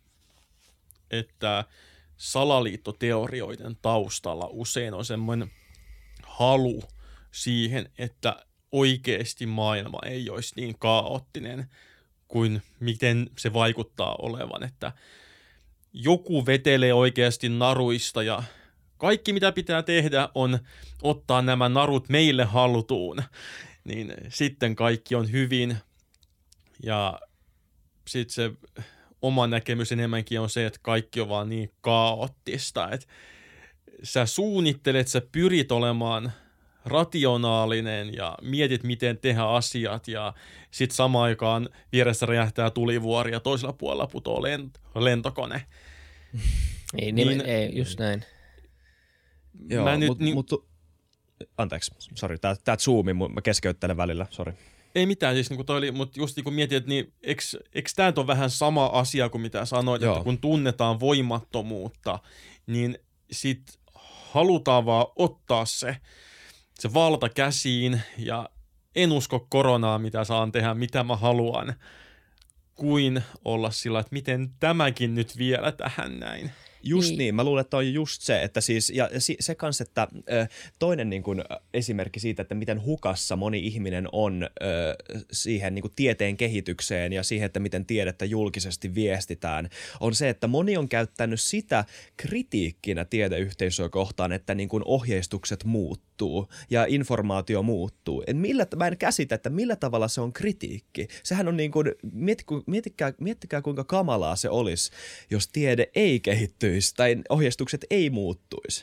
että salaliittoteorioiden taustalla usein on semmoinen halu siihen, että oikeasti maailma ei olisi niin kaoottinen kuin miten se vaikuttaa olevan, että joku vetelee oikeasti naruista ja kaikki mitä pitää tehdä on ottaa nämä narut meille haltuun, niin sitten kaikki on hyvin. Ja sitten se oma näkemys enemmänkin on se, että kaikki on vaan niin kaoottista, että sä suunnittelet, sä pyrit olemaan rationaalinen ja mietit, miten tehdä asiat ja sitten samaan aikaan vieressä räjähtää tulivuori ja toisella puolella putoaa lentokone. Ei, just näin. Joo, anteeksi, sori, tää zoomi, mä keskeyttelen välillä, sori. Ei mitään, siis niin toi oli, mutta just niin kuin mietin, että niin, eikö tämä ole vähän sama asia kuin mitä sanoit, että kun tunnetaan voimattomuutta, niin sitten halutaan vaan ottaa se valta käsiin ja en usko koronaa, mitä saan tehdä, mitä mä haluan, kuin olla sillä, että miten tämäkin nyt vielä tähän näin. Just niin, mä luulen, että on just se, että siis, ja se kanssa, että toinen niin kuin esimerkki siitä, että miten hukassa moni ihminen on siihen niin kuin tieteen kehitykseen ja siihen, että miten tiedettä julkisesti viestitään, on se, että moni on käyttänyt sitä kritiikkinä tiedeyhteisöä kohtaan, että niin kuin ohjeistukset muuttuu ja informaatio muuttuu. Mä en käsitä, että millä tavalla se on kritiikki. Sehän on niin kuin, miettikää kuinka kamalaa se olisi, jos tiede ei kehittyisi tai ohjeistukset ei muuttuisi.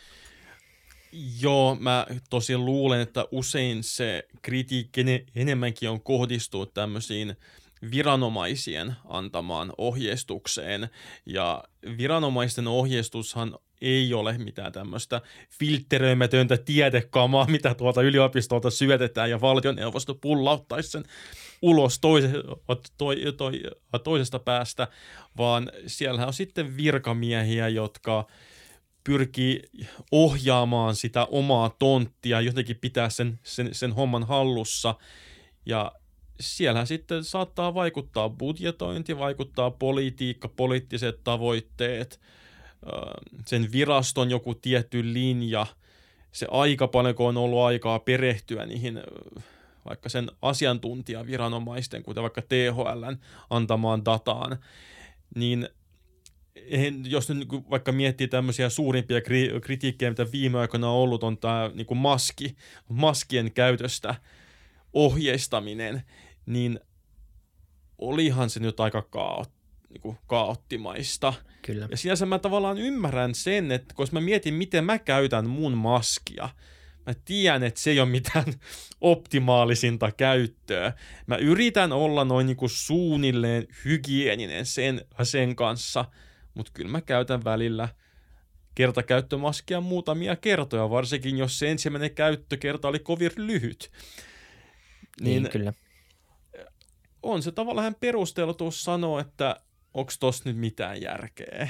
Joo, mä tosi luulen, että usein se kritiikki enemmänkin on kohdistunut tämmöisiin viranomaisien antamaan ohjeistukseen, ja viranomaisten ohjeistushan ei ole mitään tämmöistä filtteröimätöntä tiedekamaa, mitä tuolta yliopistolta syötetään ja valtioneuvosto pullauttaisi sen ulos toisesta päästä, vaan siellä on sitten virkamiehiä, jotka pyrkii ohjaamaan sitä omaa tonttia, jotenkin pitää sen homman hallussa, ja siellä sitten saattaa vaikuttaa budjetointi, vaikuttaa politiikka, poliittiset tavoitteet, sen viraston joku tietty linja, se aika paljonko on ollut aikaa perehtyä niihin vaikka sen asiantuntijaviranomaisten, kuten vaikka THL:n antamaan dataan, niin jos nyt vaikka miettii tämmöisiä suurimpia kritiikkejä, mitä viime aikoina on ollut, on tämä niin kuin maskien käytöstä ohjeistaminen, niin olihan se nyt aika kaoottimaista. Kyllä. Ja sinänsä mä tavallaan ymmärrän sen, että koska mä mietin, miten mä käytän mun maskia, mä tiedän, että se ei ole mitään optimaalisinta käyttöä. Mä yritän olla noin niin kuin suunnilleen hygieninen sen kanssa, mutta kyllä mä käytän välillä kertakäyttömaskia muutamia kertoja, varsinkin jos se ensimmäinen käyttökerta oli kovin lyhyt. Niin kyllä. On se tavallaan perusteltu sanoa, että onko tossa nyt mitään järkeä.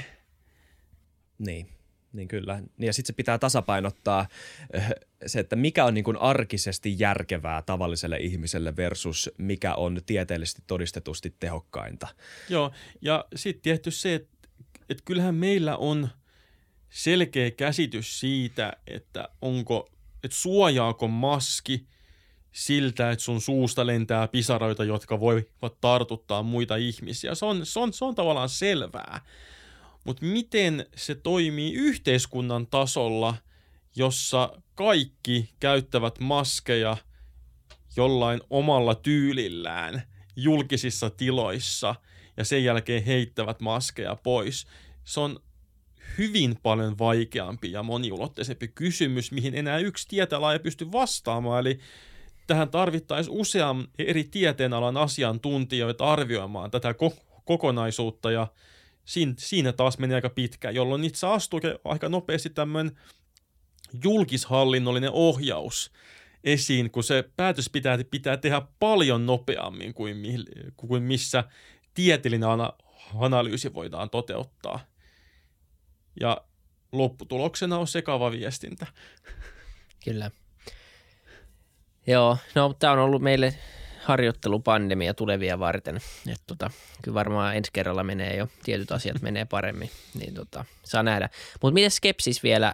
Niin kyllä. Ja sitten se pitää tasapainottaa se, että mikä on niin kuin arkisesti järkevää tavalliselle ihmiselle versus mikä on tieteellisesti todistetusti tehokkainta. Joo, ja sitten tietty se, että kyllähän meillä on selkeä käsitys siitä, että suojaako maski siltä, että sun suusta lentää pisaroita, jotka voivat tartuttaa muita ihmisiä. Se on tavallaan selvää. Mutta miten se toimii yhteiskunnan tasolla, jossa kaikki käyttävät maskeja jollain omalla tyylillään julkisissa tiloissa ja sen jälkeen heittävät maskeja pois? Se on hyvin paljon vaikeampi ja moniulotteisempi kysymys, mihin enää yksi tieteenala ei pysty vastaamaan. Eli tähän tarvittaisiin usean eri tieteenalan asiantuntijoita arvioimaan tätä kokonaisuutta, ja siinä taas menee aika pitkään, jolloin itse astuu aika nopeasti tämmöinen julkishallinnollinen ohjaus esiin, kun se päätös pitää tehdä paljon nopeammin kuin missä tieteellinen analyysi voidaan toteuttaa. Ja lopputuloksena on sekava viestintä. Kyllä. Joo, no tämä on ollut meille harjoittelupandemia tulevia varten. Kyllä varmaan ensi kerralla menee jo, tietyt asiat menee paremmin, niin saa nähdä. Mutta miten skepsis vielä,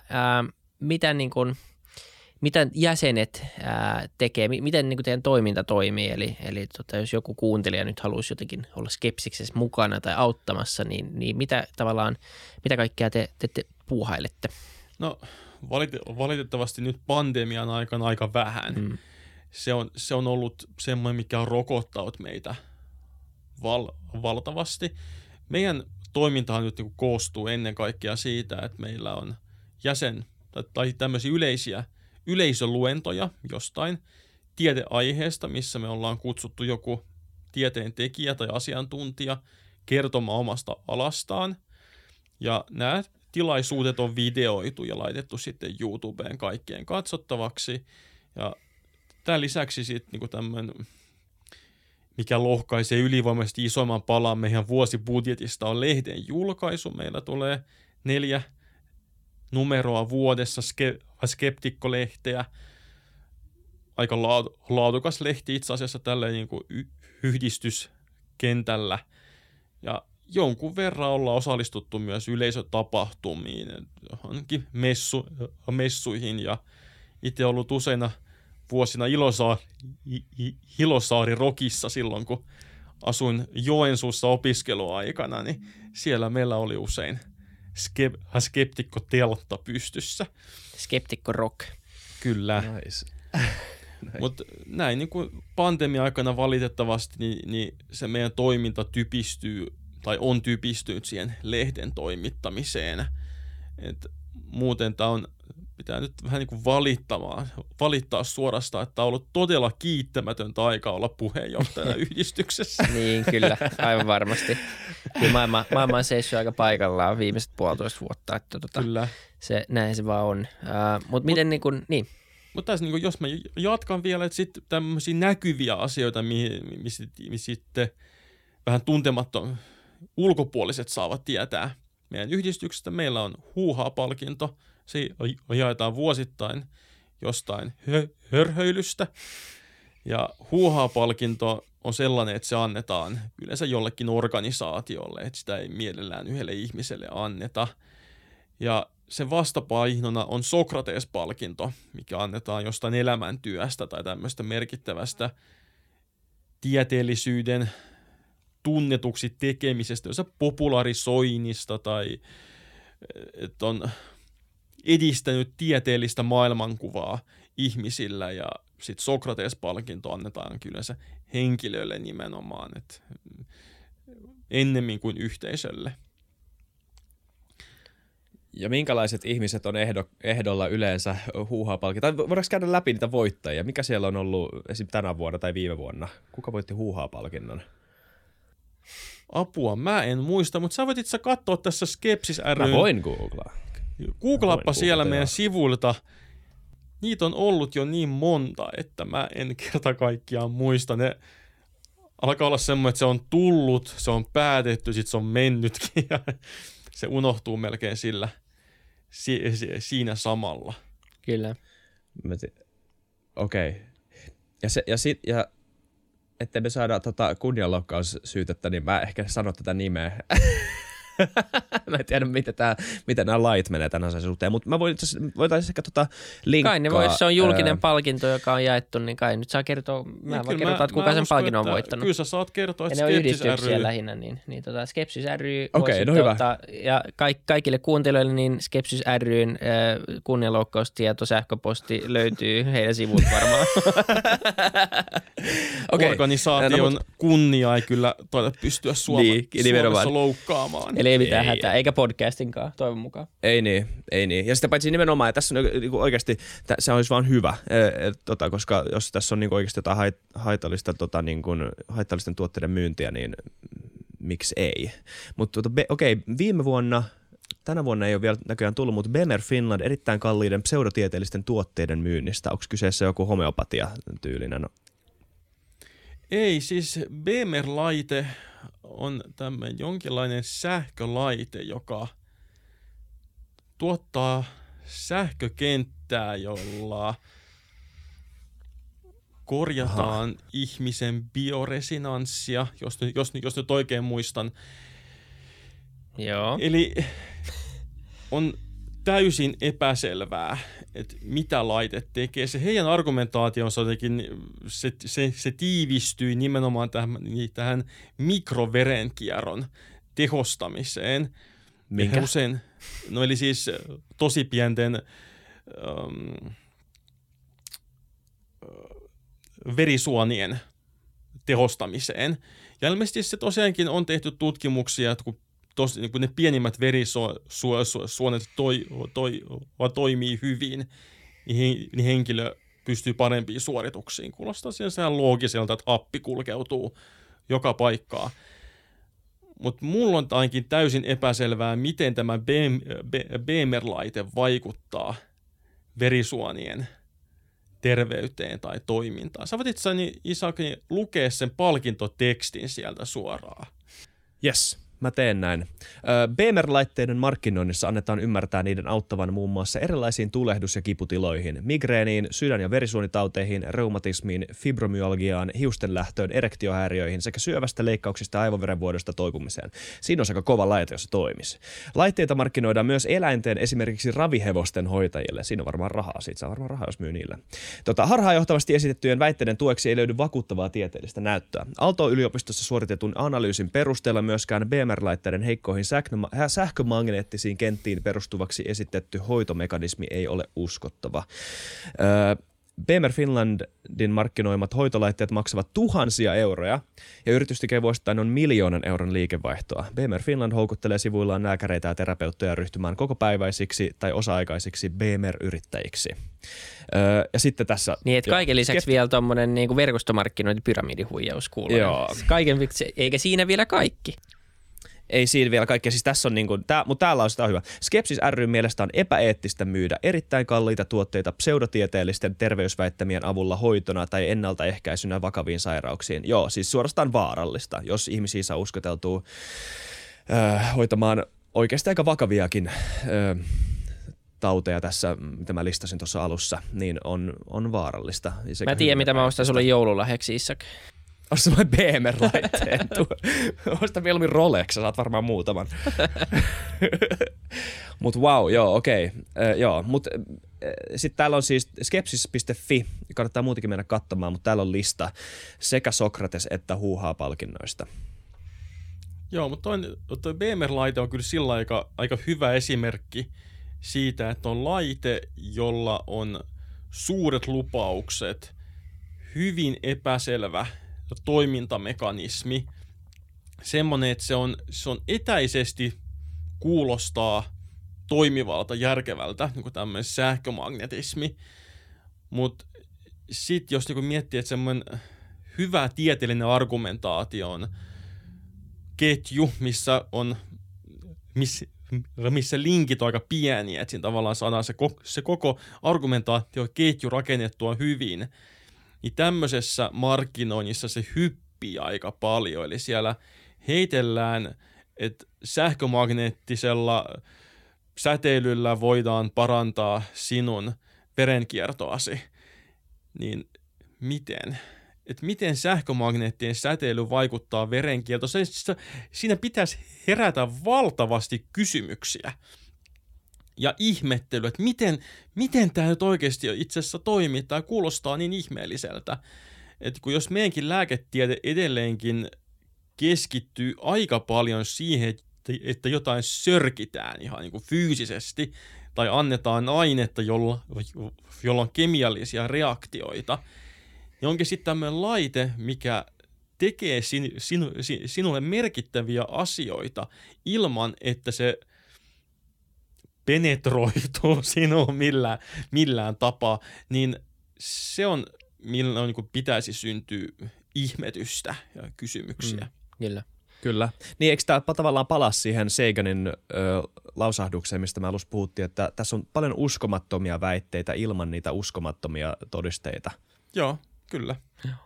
mitä jäsenet tekee, miten niin kuin teidän toiminta toimii, eli jos joku kuuntelija nyt haluaisi jotenkin olla skepsiksessä mukana tai auttamassa, niin mitä kaikkea te puuhailette? No valitettavasti nyt pandemian aikana aika vähän. Se on ollut semmoinen, mikä on rokottanut meitä valtavasti. Meidän toimintahan nyt niin koostuu ennen kaikkea siitä, että meillä on tai tämmöisiä yleisöluentoja jostain tiedeaiheesta, missä me ollaan kutsuttu joku tieteen tekijä tai asiantuntija kertomaan omasta alastaan. Ja nämä tilaisuudet on videoitu ja laitettu sitten YouTubeen kaikkien katsottavaksi. Ja tämän lisäksi sitten niinku tämmöinen, mikä lohkaisee ylivoimaisesti isomman palan meidän vuosibudjetista, on lehden julkaisu. Meillä tulee 4 numeroa vuodessa Skeptikko-lehteä. Aika laadukas lehti itse asiassa tällä niin kuin yhdistyskentällä. Ja jonkun verran ollaan osallistuttu myös yleisötapahtumiin, johonkin messuihin, ja itse ollut useina vuosina Ilosaari Rockissa silloin, kun asuin Joensuussa opiskeluaikana, niin siellä meillä oli usein skeptikko-teltta pystyssä. Skeptikko-rock. Kyllä. Nice. Mutta näin niin kuin pandemia-aikana valitettavasti, niin se meidän toiminta typistyy tai on typistynyt siihen lehden toimittamiseen. Et muuten tämä pitää nyt vähän niin kuin valittaa suorastaan, että tämä on ollut todella kiittämätöntä aikaa olla puheenjohtajana yhdistyksessä. Niin, kyllä, aivan varmasti. Kyllä maailma on seissyt aika paikallaan viimeiset 1,5 vuotta. Että kyllä. Näin se vaan on. Miten niin kuin, niin. Mutta tässä niin jos mä jatkan vielä, että sitten tämmöisiä näkyviä asioita, missä sitten vähän tuntematon ulkopuoliset saavat tietää meidän yhdistyksestä. Meillä on huuhaa-palkinto. Se jaetaan vuosittain jostain hörhöilystä. Ja huuhaa-palkinto on sellainen, että se annetaan yleensä jollekin organisaatiolle, että sitä ei mielellään yhdelle ihmiselle anneta. Ja sen vastapainona on Sokrates-palkinto, mikä annetaan jostain elämäntyöstä tai tämmöistä merkittävästä tieteellisyyden tunnetuksi tekemisestä, jossa popularisoinnista tai että on edistänyt tieteellistä maailmankuvaa ihmisillä, ja sitten Sokrates-palkinto annetaan kyllä se henkilölle nimenomaan, että ennemmin kuin yhteisölle. Ja minkälaiset ihmiset on ehdolla yleensä huuhaa-palkinto? Tai voidaanko käydä läpi niitä voittajia? Mikä siellä on ollut esim. Tänä vuonna tai viime vuonna? Kuka voitti huuhaa-palkinnon? Apua, mä en muista, mutta sä voit itse katsoa tässä Skepsis ry. Mä voin googlaa. Googlaappa siellä meidän sivuilta. Niitä on ollut jo niin monta, että mä en kerta kaikkiaan muista. Ne alkaa olla semmoinen, että se on tullut, se on päätetty, sit se on mennytkin ja se unohtuu melkein siinä samalla. Kyllä. Okei. Ja ettei me saada kunnianloukkaussyytettä, niin mä ehkä sanon tätä nimeä. Mä en tiedä, miten nämä lait menee tämän asian suhteen, mutta mä voitaisiin ehkä linkkaa. Kai ne se on julkinen palkinto, joka on jaettu, niin kai nyt saa kertoa, mä voin kertoa, että kuka sen palkinnon on voittanut. Kyllä sä saat kertoa, että Skepsis ry. lähinnä, niin Skepsis ry voisi ottaa, ja kaikille kuuntelijoille, niin Skepsis ryn kunnianloukkaustieto, sähköposti löytyy heidän sivut varmaan. Organisaation kunnia ei kyllä pystyä Suomessa loukkaamaan. Eli ei mitään hätää, eikä podcastinkaan, toivon mukaan. Ei niin. Ja sitä paitsi nimenomaan, että tässä on niin oikeasti, se olisi vaan hyvä, koska jos tässä on niin oikeasti jotain haitallista, haitallisten tuotteiden myyntiä, niin miksi ei. Mutta tänä vuonna ei ole vielä näköjään tullut, mutta Bemer Finland erittäin kalliiden pseudotieteellisten tuotteiden myynnistä. Onko kyseessä joku homeopatia-tyylinen? Ei, siis Bemer-laite on tämmöinen jonkinlainen sähkölaite, joka tuottaa sähkökenttää, jolla korjataan ihmisen bioresonanssia, jos nyt oikein muistan. Joo. Eli on täysin epäselvää, että mitä laite tekee. Se heidän argumentaationsa jotenkin, se tiivistyi nimenomaan tähän mikroverenkierron tehostamiseen. Minkä? Usein, eli siis tosi pienten verisuonien tehostamiseen. Ja ilmeisesti se tosiaankin on tehty tutkimuksia, että kun ne pienimmät verisuonet toimii hyvin, niin henkilö pystyy parempiin suorituksiin. Kuulostaa siihen loogiselta, että happi kulkeutuu joka paikkaan. Mutta mulla on ainakin täysin epäselvää, miten tämä Bemer-laite vaikuttaa verisuonien terveyteen tai toimintaan. Sä voit itseäni, Isaki, lukea sen palkintotekstin sieltä suoraan. Yes. Mä teen näin. Bemer-laitteiden markkinoinnissa annetaan ymmärtää niiden auttavan muun muassa erilaisiin tulehdus- ja kiputiloihin, migreeniin, sydän- ja verisuonitauteihin, reumatismiin, fibromyalgiaan, hiustenlähtöön, erektiohäiriöihin sekä syövästä leikkauksista ja aivoverenvuodosta toipumiseen. Siinä on aika kova laite, jos se toimisi. Laitteita markkinoidaan myös eläinten, esimerkiksi ravihevosten hoitajille. Siinä on varmaan rahaa. Siitä saa varmaan rahaa, jos myy niille. Harhaanjohtavasti esitettyjen väitteiden tueksi ei löydy vakuuttavaa tieteellistä näyttöä. Aalto-yliopistossa suoritetun analyysin perusteella myöskään Bemer-laitteiden heikkoihin sähkömagneettisiin kenttiin perustuvaksi esitetty hoitomekanismi ei ole uskottava. Bemer Finlandin markkinoimat hoitolaitteet maksavat tuhansia euroja ja yritys tekee vuosittain noin 1 000 000 euron liikevaihtoa. Bemer Finland houkuttelee sivuillaan lääkäreitä ja terapeutteja ryhtymään kokopäiväisiksi tai osa-aikaisiksi Bemer-yrittäjiksi. Ja sitten tässä... Niin, että kaiken lisäksi vielä tuommoinen niin verkostomarkkinointipyramidihuijaus kuuluu. Joo. Eikä siinä vielä kaikki. Ei siinä vielä kaikkea. Siis tässä on mutta täällä on sitä hyvä. Skepsis ryn mielestä on epäeettistä myydä erittäin kalliita tuotteita pseudotieteellisten terveysväittämien avulla hoitona tai ennaltaehkäisynä vakaviin sairauksiin. Joo, siis suorastaan vaarallista, jos ihmisiä saa uskoteltua hoitamaan oikeasti aika vakaviakin tauteja tässä, mitä mä listasin tuossa alussa, niin on vaarallista. Mä tiedän, mitä mä ostan sulle joululahjaksi, Isak. Osta semmoinen Bemer-laitteen. Osta mieluummin Rolex, sä saat varmaan muutaman. Mut wow, joo, okei. Mut sitten täällä on siis skepsis.fi, kannattaa muutenkin mennä katsomaan, mutta täällä on lista sekä Sokrates että Huuhaa-palkinnoista. Joo, mutta toi Bemer-laite on kyllä sillä aika hyvä esimerkki siitä, että on laite, jolla on suuret lupaukset, hyvin epäselvä toimintamekanismi, semmoinen, että se on etäisesti kuulostaa toimivalta, järkevältä, niin kuin tämmöinen sähkömagnetismi, mutta sitten jos niin miettii, että semmoinen hyvä tieteellinen argumentaatio on ketju, missä linkit on aika pieniä, että siinä tavallaan saadaan se koko argumentaatioketju rakennettua hyvin, niin tämmöisessä markkinoinnissa se hyppii aika paljon. Eli siellä heitellään, että sähkömagneettisella säteilyllä voidaan parantaa sinun verenkiertoasi. Niin miten? että miten sähkömagneettien säteily vaikuttaa verenkiertoon. Siinä pitäisi herätä valtavasti kysymyksiä ja ihmettelyä, että miten tämä nyt oikeasti itse asiassa toimii. Tämä kuulostaa niin ihmeelliseltä, että kun jos meidänkin lääketiede edelleenkin keskittyy aika paljon siihen, että jotain sörkitään ihan niin kuin fyysisesti tai annetaan ainetta, jolla on kemiallisia reaktioita, niin onkin sitten tämmöinen laite, mikä tekee sinulle merkittäviä asioita ilman, että se penetroituu sinuun millään tapaa, niin se on, millä niin kuin pitäisi syntyä ihmetystä ja kysymyksiä. Kyllä. Niin eikö tämä tavallaan palaa siihen Saganin lausahdukseen, mistä mä alussa puhuttiin, että tässä on paljon uskomattomia väitteitä ilman niitä uskomattomia todisteita. Joo, kyllä.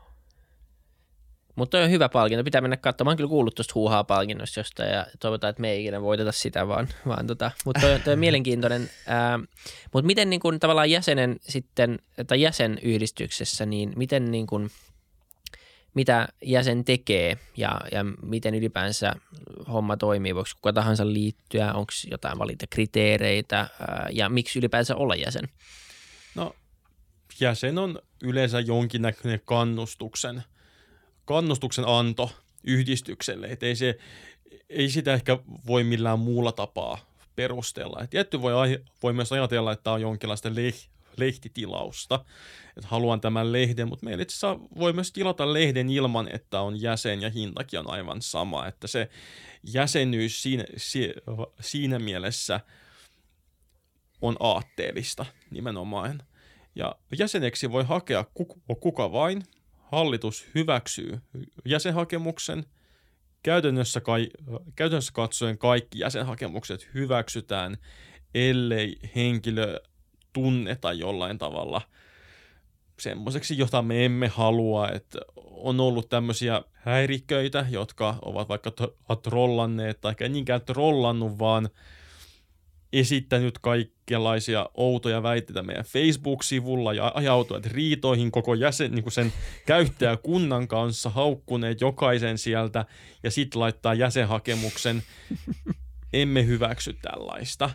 Mutta on hyvä palkinto. Pitää mennä katsomaan. Mä oon kyllä kuullut tuosta huuhaa palkinnosta jostain ja toivotaan, että me ei ikinä voiteta sitä vaan mutta toi on mielenkiintoinen. Mutta miten niin kun, tavallaan jäsenen sitten, tai jäsenyhdistyksessä, niin miten niin kun, mitä jäsen tekee ja miten ylipäänsä homma toimii? Voiko kuka tahansa liittyä? Onko jotain valintakriteereitä ja miksi ylipäänsä olla jäsen? No, jäsen on yleensä jonkinnäköinen kannustuksen anto yhdistykselle. Et ei sitä ehkä voi millään muulla tapaa perustella. Et tietty voi myös ajatella, että tämä on jonkinlaista lehtitilausta, että haluan tämän lehden, mutta meillä itse asiassa voi myös tilata lehden ilman, että on jäsen ja hintakin on aivan sama, että se jäsenyys siinä mielessä on aatteellista nimenomaan. Ja jäseneksi voi hakea kuka vain, hallitus hyväksyy jäsenhakemuksen, käytännössä katsoen kaikki jäsenhakemukset hyväksytään, ellei henkilö tunneta jollain tavalla semmoiseksi, jota me emme halua, että on ollut tämmöisiä häiriköitä, jotka ovat vaikka trollanneet tai ei niinkään trollannut, vaan esittänyt kaikenlaisia outoja väitteitä meidän Facebook-sivulla ja ajautuneet riitoihin koko niin kuin sen käyttäjäkunnan kanssa, haukkuneet jokaisen sieltä ja sitten laittaa jäsenhakemuksen. Emme hyväksy tällaista.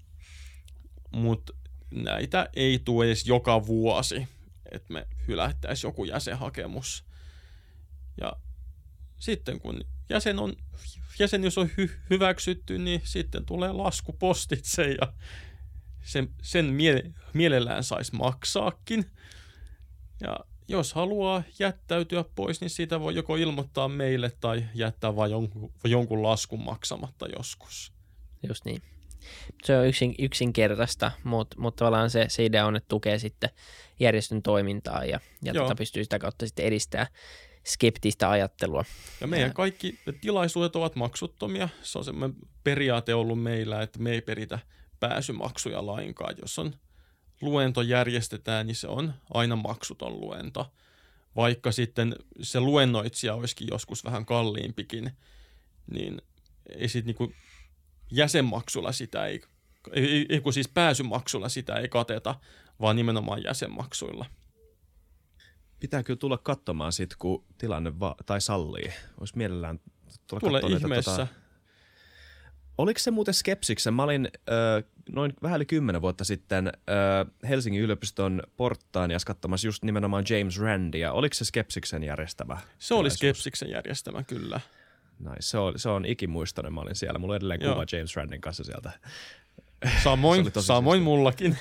Mutta näitä ei tule edes joka vuosi, että me hylättäisiin joku jäsenhakemus. Ja sitten kun jäsenyys on hyväksytty, niin sitten tulee lasku postitse ja sen mielellään saisi maksaakin. Ja jos haluaa jättäytyä pois, niin siitä voi joko ilmoittaa meille tai jättää vain jonkun laskun maksamatta joskus. Just niin. Se on yksinkertaista, mutta tavallaan se idea on, että tukee sitten järjestön toimintaa ja pystyy sitä kautta sitten edistämään skeptistä ajattelua. Ja meidän kaikki tilaisuudet ovat maksuttomia. Se on semmoinen periaate ollut meillä, että me ei peritä pääsymaksuja lainkaan. Jos on luento järjestetään, niin se on aina maksuton luento. Vaikka sitten se luennoitsija olisikin joskus vähän kalliimpikin, niin ei sitten niinku jäsenmaksulla sitä ei kun siis pääsymaksulla sitä ei kateta, vaan nimenomaan jäsenmaksuilla. Pitää kyllä tulla katsomaan sit, kun tilanne tai sallii. Olisi mielellään tulla tule katsomaan ihmeessä. Oliko se muuten Skepsiksen? Mä olin noin vähän yli 10 vuotta sitten Helsingin yliopiston Portaniassa katsomassa just nimenomaan James Randia. Oliko se Skepsiksen järjestämä? Se oli Skepsiksen järjestämä, kyllä. Nice. Se on ikimuistoinen. Mä olin siellä. Mulla on edelleen kuva James Randin kanssa sieltä. Samoin mullakin.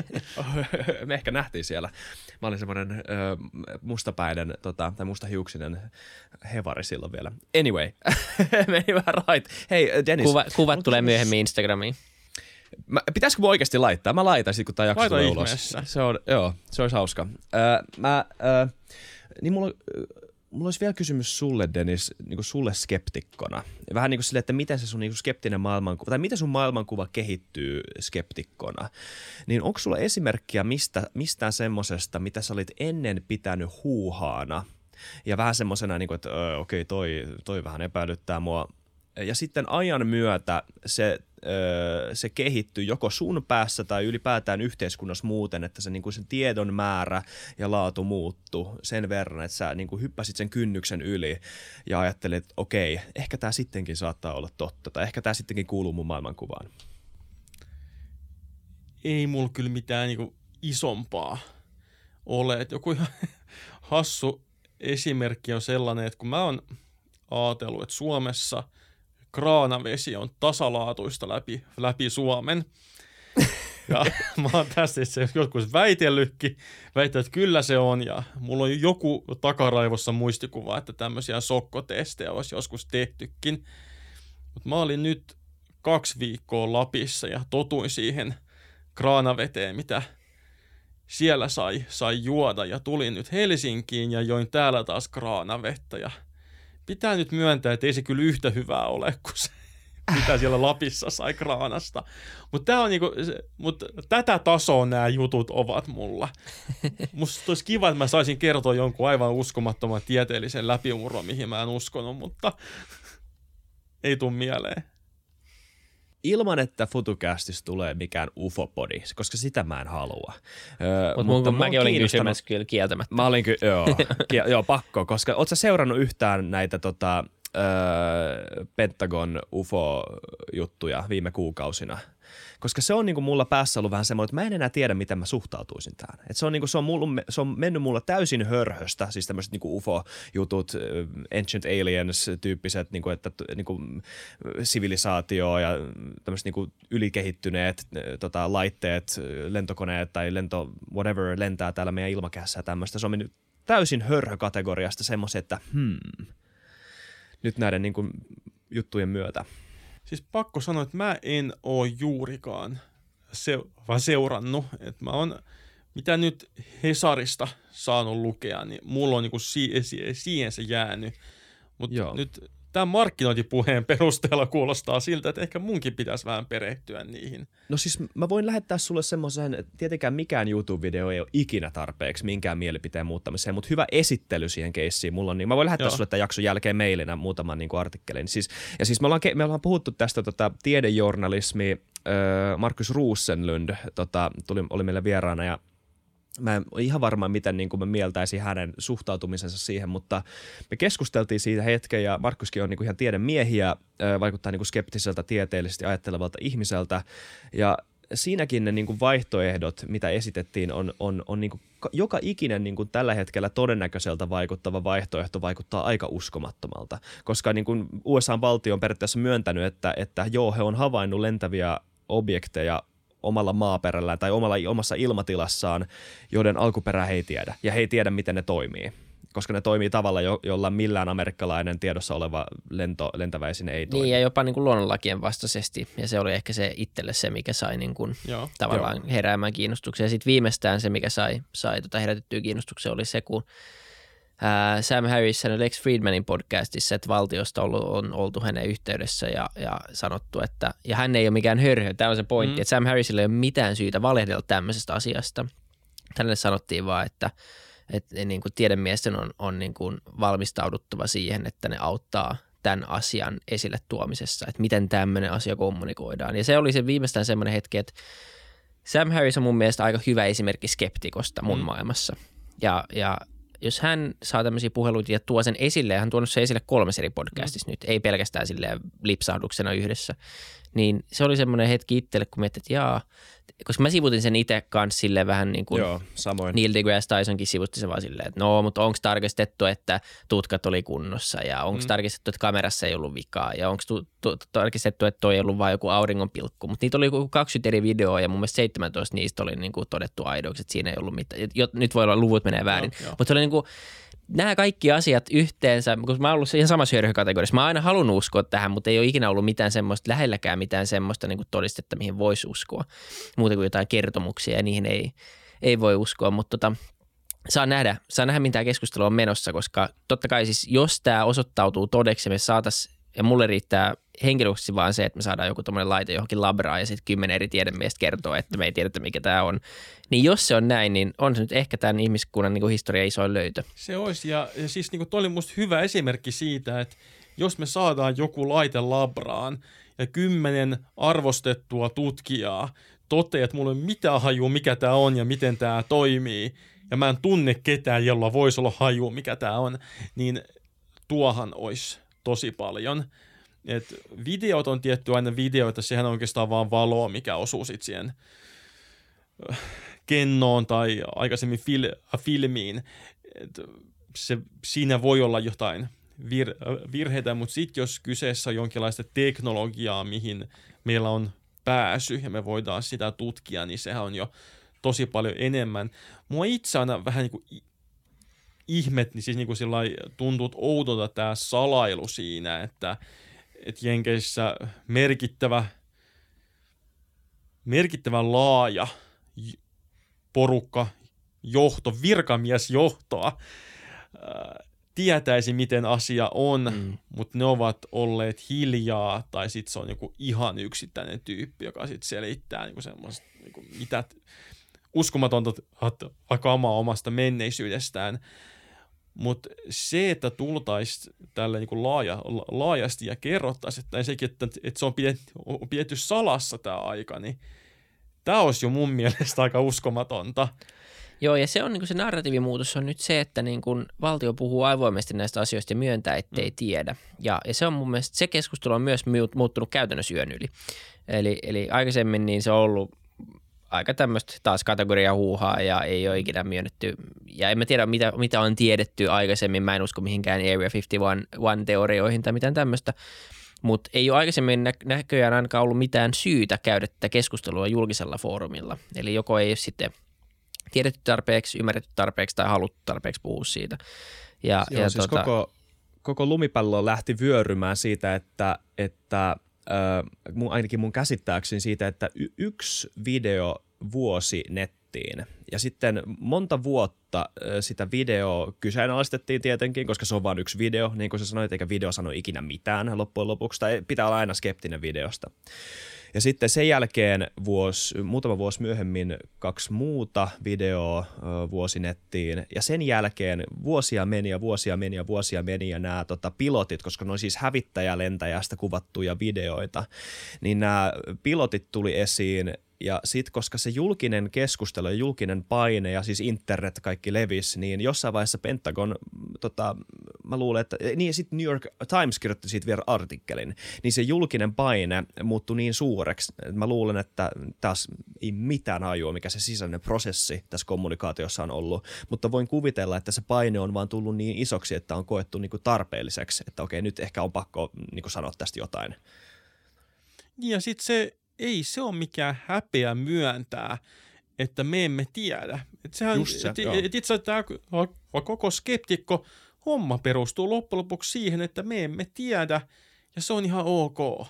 Me ehkä nähtiin siellä. Mä olin semmoinen mustapäinen tai mustahiuksinen hevari silloin vielä. Anyway, meni vähän right. Hei Dennis. Kuvat tulee myöhemmin Instagramiin. Pitäisikö mun oikeasti laittaa? Mä laitan sit, kun tää jakso tulee ulos. Se olisi hauska. Niin mulla olisi vielä kysymys sulle, Dennis, niin kuin sulle skeptikkona. Vähän niin kuin sille, että miten se sun niin kuin skeptinen maailmankuva, tai miten sun maailmankuva kehittyy skeptikkona. Niin onko sulla esimerkkiä mistään semmosesta, mitä sä olit ennen pitänyt huuhaana, ja vähän semmosena, niin kuin, että okei, toi vähän epäilyttää mua, ja sitten ajan myötä se kehittyy joko sun päässä tai ylipäätään yhteiskunnassa muuten, että se, niin kuin sen tiedon määrä ja laatu muuttuu sen verran, että sä niin kuin hyppäsit sen kynnyksen yli ja ajattelet, että okei, ehkä tämä sittenkin saattaa olla totta tai ehkä tämä sittenkin kuuluu mun maailmankuvaan. Ei mulla kyllä mitään niin kuin isompaa ole. Että joku ihan hassu esimerkki on sellainen, että kun mä oon ajatellut, että Suomessa kraanavesi on tasalaatuista läpi Suomen. Ja mä oon tästä itse joskus väitellytkin, että kyllä se on. Ja mulla on joku takaraivossa muistikuva, että tämmöisiä sokkotestejä olisi joskus tehtykin. Mutta mä olin nyt 2 viikkoa Lapissa ja totuin siihen kraanaveteen, mitä siellä sai juoda. Ja tulin nyt Helsinkiin ja join täällä taas kraanavettä ja pitää nyt myöntää, että ei se kyllä yhtä hyvää ole kuin se, mitä siellä Lapissa sai kraanasta. Mutta tätä tasoa nämä jutut ovat mulla. Musta olisi kiva, että mä saisin kertoa jonkun aivan uskomattoman tieteellisen läpimurron, mihin mä en uskonut, mutta ei tule mieleen. Ilman, että FutuCastissa tulee mikään ufopodi, koska sitä mä en halua. Mutta mäkin olin kysymässä kyllä kieltämättä. Mä olin joo, pakko, koska ootko sä seurannut yhtään näitä Pentagon UFO-juttuja viime kuukausina? Koska se on niinku mulla päässä ollut vähän semmoinen, että mä en enää tiedä, miten mä suhtautuisin tähän. Et se on mennyt mulla täysin hörhöstä, siis tämmöiset niinku UFO-jutut, Ancient Aliens-tyyppiset, niinku, että niinku, sivilisaatio ja tämmöiset niinku ylikehittyneet laitteet, lentokoneet tai whatever lentää täällä meidän ilmakehässä ja tämmöistä. Se on mennyt täysin hörhökategoriasta semmoisen, että nyt näiden niinku juttujen myötä. Siis pakko sanoa, että mä en oo juurikaan seurannut. Että mä oon, mitä nyt Hesarista saanut lukea, niin mulla on niinku siihen se jäänyt. Mutta nyt tämän markkinointipuheen perusteella kuulostaa siltä, että ehkä munkin pitäisi vähän perehtyä niihin. No siis mä voin lähettää sulle semmoisen, että tietenkään mikään YouTube-video ei ole ikinä tarpeeksi minkään mielipiteen muuttamiseen, mutta hyvä esittely siihen keissiin mulla on, niin mä voin lähettää sulle tämän jakson jälkeen mailinä muutaman niin kuin artikkelin. Siis me ollaan puhuttu tästä tiedejournalismi, Markus Rosenlund oli meillä vieraana ja mä en ole ihan varma, miten niin kuin mä mieltäisin hänen suhtautumisensa siihen, mutta me keskusteltiin siitä hetken ja Markuskin on niin kuin ihan tiedemiehiä, vaikuttaa niin kuin skeptiseltä, tieteellisesti ajattelevalta ihmiseltä ja siinäkin ne niin kuin vaihtoehdot, mitä esitettiin, on niin kuin joka ikinen niin kuin tällä hetkellä todennäköiseltä vaikuttava vaihtoehto vaikuttaa aika uskomattomalta, koska niin kuin USA-valtio on periaatteessa myöntänyt, että joo, he on havainnut lentäviä objekteja omalla maaperällään tai omassa ilmatilassaan, joiden alkuperää he ei tiedä. Ja he ei tiedä, miten ne toimii, koska ne toimii tavalla, jolla millään amerikkalainen tiedossa oleva lentävä esine ei toimi. Niin, ja jopa niin kuin luonnonlakien vastaisesti. Ja se oli ehkä se itselle se, mikä sai niin kuin tavallaan heräämään kiinnostuksen. Ja sitten viimeistään se, mikä sai herätettyä kiinnostuksen, oli se, kun Sam Harris sanoi Lex Friedmanin podcastissa, että valtiosta on oltu hänen yhteydessä ja sanottu, että ja hän ei ole mikään hörhö. Tämä on se pointti, että Sam Harrisilla ei ole mitään syytä valehdella tämmöisestä asiasta. Hänelle sanottiin vaan, että niin kuin tiedemiesten on niin kuin valmistauduttava siihen, että ne auttaa tämän asian esille tuomisessa, että miten tämmöinen asia kommunikoidaan. Ja se oli se viimeistään semmoinen hetki, että Sam Harris on mun mielestä aika hyvä esimerkki skeptikosta mun maailmassa. Ja jos hän saa tämmöisiä puheluita ja tuo sen esille, ja hän on tuonut sen esille 3 eri podcastissa nyt, ei pelkästään silleen lipsahduksena yhdessä, niin se oli semmoinen hetki itselle, kun miettii, että koska mä sivutin sen itse kanssa silleen vähän niin kuin samoin. Neil deGrasse Tysonkin sivutti sen vaan silleen, että no, mutta onko tarkistettu, että tutkat oli kunnossa ja onko tarkistettu, että kamerassa ei ollut vikaa ja onko tarkistettu, että toi ei ollut vain joku auringonpilkku, mutta niitä oli 20 eri videoa ja mun mielestä 17 niistä oli niin kuin todettu aidoiksi, että siinä ei ollut mitään. Nyt voi olla, luvut menee väärin, mutta se oli niin kuin nämä kaikki asiat yhteensä, koska mä oon ollut ihan samassa hörhykategoriassa. Mä oon aina halunnut uskoa tähän, mutta ei ole ikinä ollut mitään semmoista, lähelläkään mitään semmoista niin kuin todistetta, mihin voisi uskoa. Muuta kuin jotain kertomuksia ja niihin ei voi uskoa, mutta saa nähdä, mihin tämä keskustelu on menossa, koska totta kai siis, jos tämä osoittautuu todeksi, me saataisiin, ja mulle riittää henkilökohtaisesti vaan se, että me saadaan joku tommoinen laite johonkin labraan ja sitten 10 eri tiedemiestä kertoo, että me ei tiedetä, mikä tämä on. Niin jos se on näin, niin on se nyt ehkä tämän ihmiskunnan niin kuin historia isoin löytö. Se olisi, ja siis niin kuin toi oli musta hyvä esimerkki siitä, että jos me saadaan joku laite labraan ja 10 arvostettua tutkijaa toteaa, että mulla ei ole mitään hajua, mikä tämä on ja miten tämä toimii, ja mä en tunne ketään, jolla voisi olla hajua, mikä tämä on, niin tuohan olisi tosi paljon. Et videot on tietty aina videoita, sehän on oikeastaan vaan valoa, mikä osuu sitten siihen kennoon tai aikaisemmin filmiin. Siinä voi olla jotain virheitä, mutta sitten jos kyseessä on jonkinlaista teknologiaa, mihin meillä on pääsy ja me voidaan sitä tutkia, niin sehän on jo tosi paljon enemmän. Mua itse aina vähän niin kuin ihmet, niin siis niin kuin tuntuu oudolta tämä salailu siinä, että Jenkeissä merkittävä laaja porukka, virkamiesjohtoa tietäisi, miten asia on, mutta ne ovat olleet hiljaa, tai sitten se on joku ihan yksittäinen tyyppi, joka sitten selittää niin semmoista niin mitä uskomatonta kamaa omasta menneisyydestään. Mutta se, että tultaisiin tälle niin laajasti ja kerrottaisiin, että sekin, että se on pidetty salassa tämä aika, niin tämä olisi jo mun mielestä aika uskomatonta. Joo, ja se on niin se narratiivimuutos on nyt se, että niin kuin valtio puhuu avoimesti näistä asioista ja myöntää, ettei tiedä. Ja se on mun mielestä, se keskustelu on myös muuttunut käytännössä yön yli. Eli aikaisemmin niin se on ollut aika tämmöistä taas kategoria huuhaa ja ei ole ikinä myönnetty. Ja en mä tiedä, mitä on tiedetty aikaisemmin. Mä en usko mihinkään Area 51-teorioihin tai mitään tämmöistä. Mutta ei ole aikaisemmin näköjään ainakaan ollut mitään syytä käydä tätä keskustelua julkisella foorumilla. Eli joko ei ole sitten tiedetty tarpeeksi, ymmärretty tarpeeksi tai haluttu tarpeeksi puhua siitä. Siis koko lumipallo lähti vyörymään siitä, että ainakin mun käsittääkseni siitä, että yksi video vuosi nettiin ja sitten monta vuotta sitä videoa kyseenalaistettiin tietenkin, koska se on vain yksi video, niin kuin sä sanoit, eikä video sano ikinä mitään loppujen lopuksi, tai pitää olla aina skeptinen videosta. Ja sitten sen jälkeen muutama vuosi myöhemmin 2 muuta videoa vuosi nettiin. Ja sen jälkeen vuosia meni ja nämä pilotit, koska ne on siis hävittäjälentäjästä kuvattuja videoita, niin nämä pilotit tuli esiin. Ja sitten koska se julkinen keskustelu ja julkinen paine ja siis internet kaikki levisi, niin jossain vaiheessa Pentagon, mä luulen, että niin sitten New York Times kirjoitti siitä vielä artikkelin, niin se julkinen paine muuttui niin suureksi, että mä luulen, että taas ei mitään hajua, mikä se sisäinen prosessi tässä kommunikaatiossa on ollut, mutta voin kuvitella, että se paine on vaan tullut niin isoksi, että on koettu niinku tarpeelliseksi, että okei, nyt ehkä on pakko niinku sanoa tästä jotain. Ja sitten ei se ole mikään häpeä myöntää, että me emme tiedä. Itse tämä koko skeptikko homma perustuu loppujen lopuksi siihen, että me emme tiedä, ja se on ihan ok.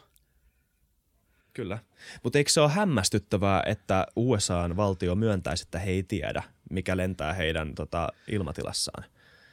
Kyllä. Mutta eikö se ole hämmästyttävää, että USA:n valtio myöntäisi, että he ei tiedä, mikä lentää heidän ilmatilassaan?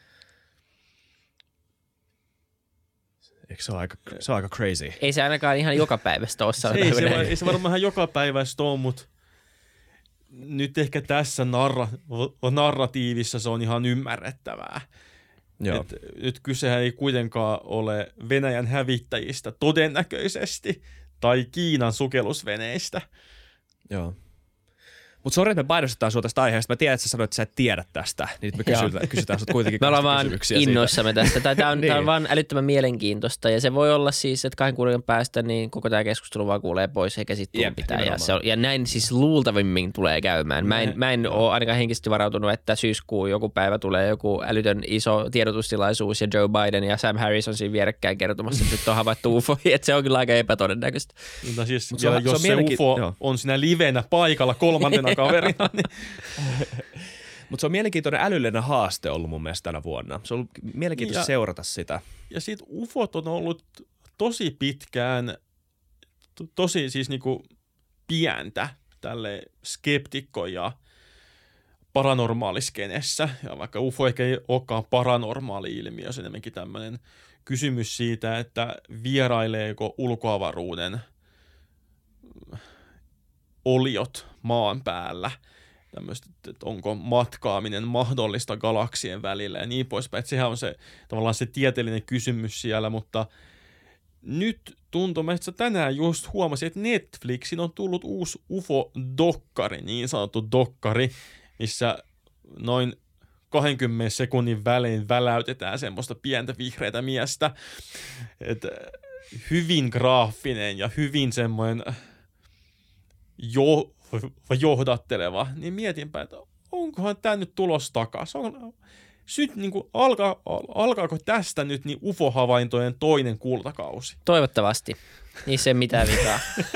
Eikö se ole aika crazy? Ei se ainakaan ihan joka päivästä ole. Ei se varmaan ihan joka päivästä ole, mutta nyt ehkä tässä narratiivissa se on ihan ymmärrettävää. Nyt kysehän ei kuitenkaan ole Venäjän hävittäjistä todennäköisesti tai Kiinan sukellusveneistä. Joo. Mutta sori, että me painostetaan sinua tästä aiheesta. Mä tiedän, että sä sanoit, että sä et tiedä tästä. Niin nyt me kysytään sinut kuitenkin me ollaan vaan innoissamme tästä. Tämä on, niin. Tämä on vaan älyttömän mielenkiintoista. Ja se voi olla siis, että 2 kuukauden päästä niin koko tämä keskustelu vaan kuulee pois eikä sitten pitää. Ja näin siis luultavimmin tulee käymään. Mä en ole ainakaan henkisesti varautunut, että syyskuun joku päivä tulee joku älytön iso tiedotustilaisuus ja Joe Biden ja Sam Harris on siinä vierekkäin kertomassa, että nyt on havaittu UFO. Että se on kyllä aika epätodennäköistä. No siis, jos se UFO on siinä livenä paikalla 3. kaverina. Niin. Mutta se on mielenkiintoinen älyllinen haaste ollut mun mielestä tänä vuonna. Se on ollut mielenkiintoista seurata sitä. Ja sit UFOt on ollut tosi pitkään, tosi siis niinku pientä tälle skeptikko- ja paranormaaliskenessä. Ja vaikka UFO ehkä ei olekaan paranormaali ilmiö, se enemmänkin tämmöinen kysymys siitä, että vieraileeko ulkoavaruuden oliot maan päällä. tämmöistä, että onko matkaaminen mahdollista galaksien välillä ja niin poispäin. Että sehän on se tavallaan se tieteellinen kysymys siellä, mutta nyt tuntuu, että tänään just huomasin, että Netflixin on tullut uusi UFO-dokkari, niin sanottu dokkari, missä noin 20 sekunnin välein väläytetään semmoista pientä vihreätä miestä. Et hyvin graafinen ja hyvin semmoinen johdatteleva. Niin mietinpä, että onkohan tämä nyt tulos takaisin. Niin alkaako tästä nyt niin UFO-havaintojen toinen kultakausi? Toivottavasti. Niissä ei mitään vikaa.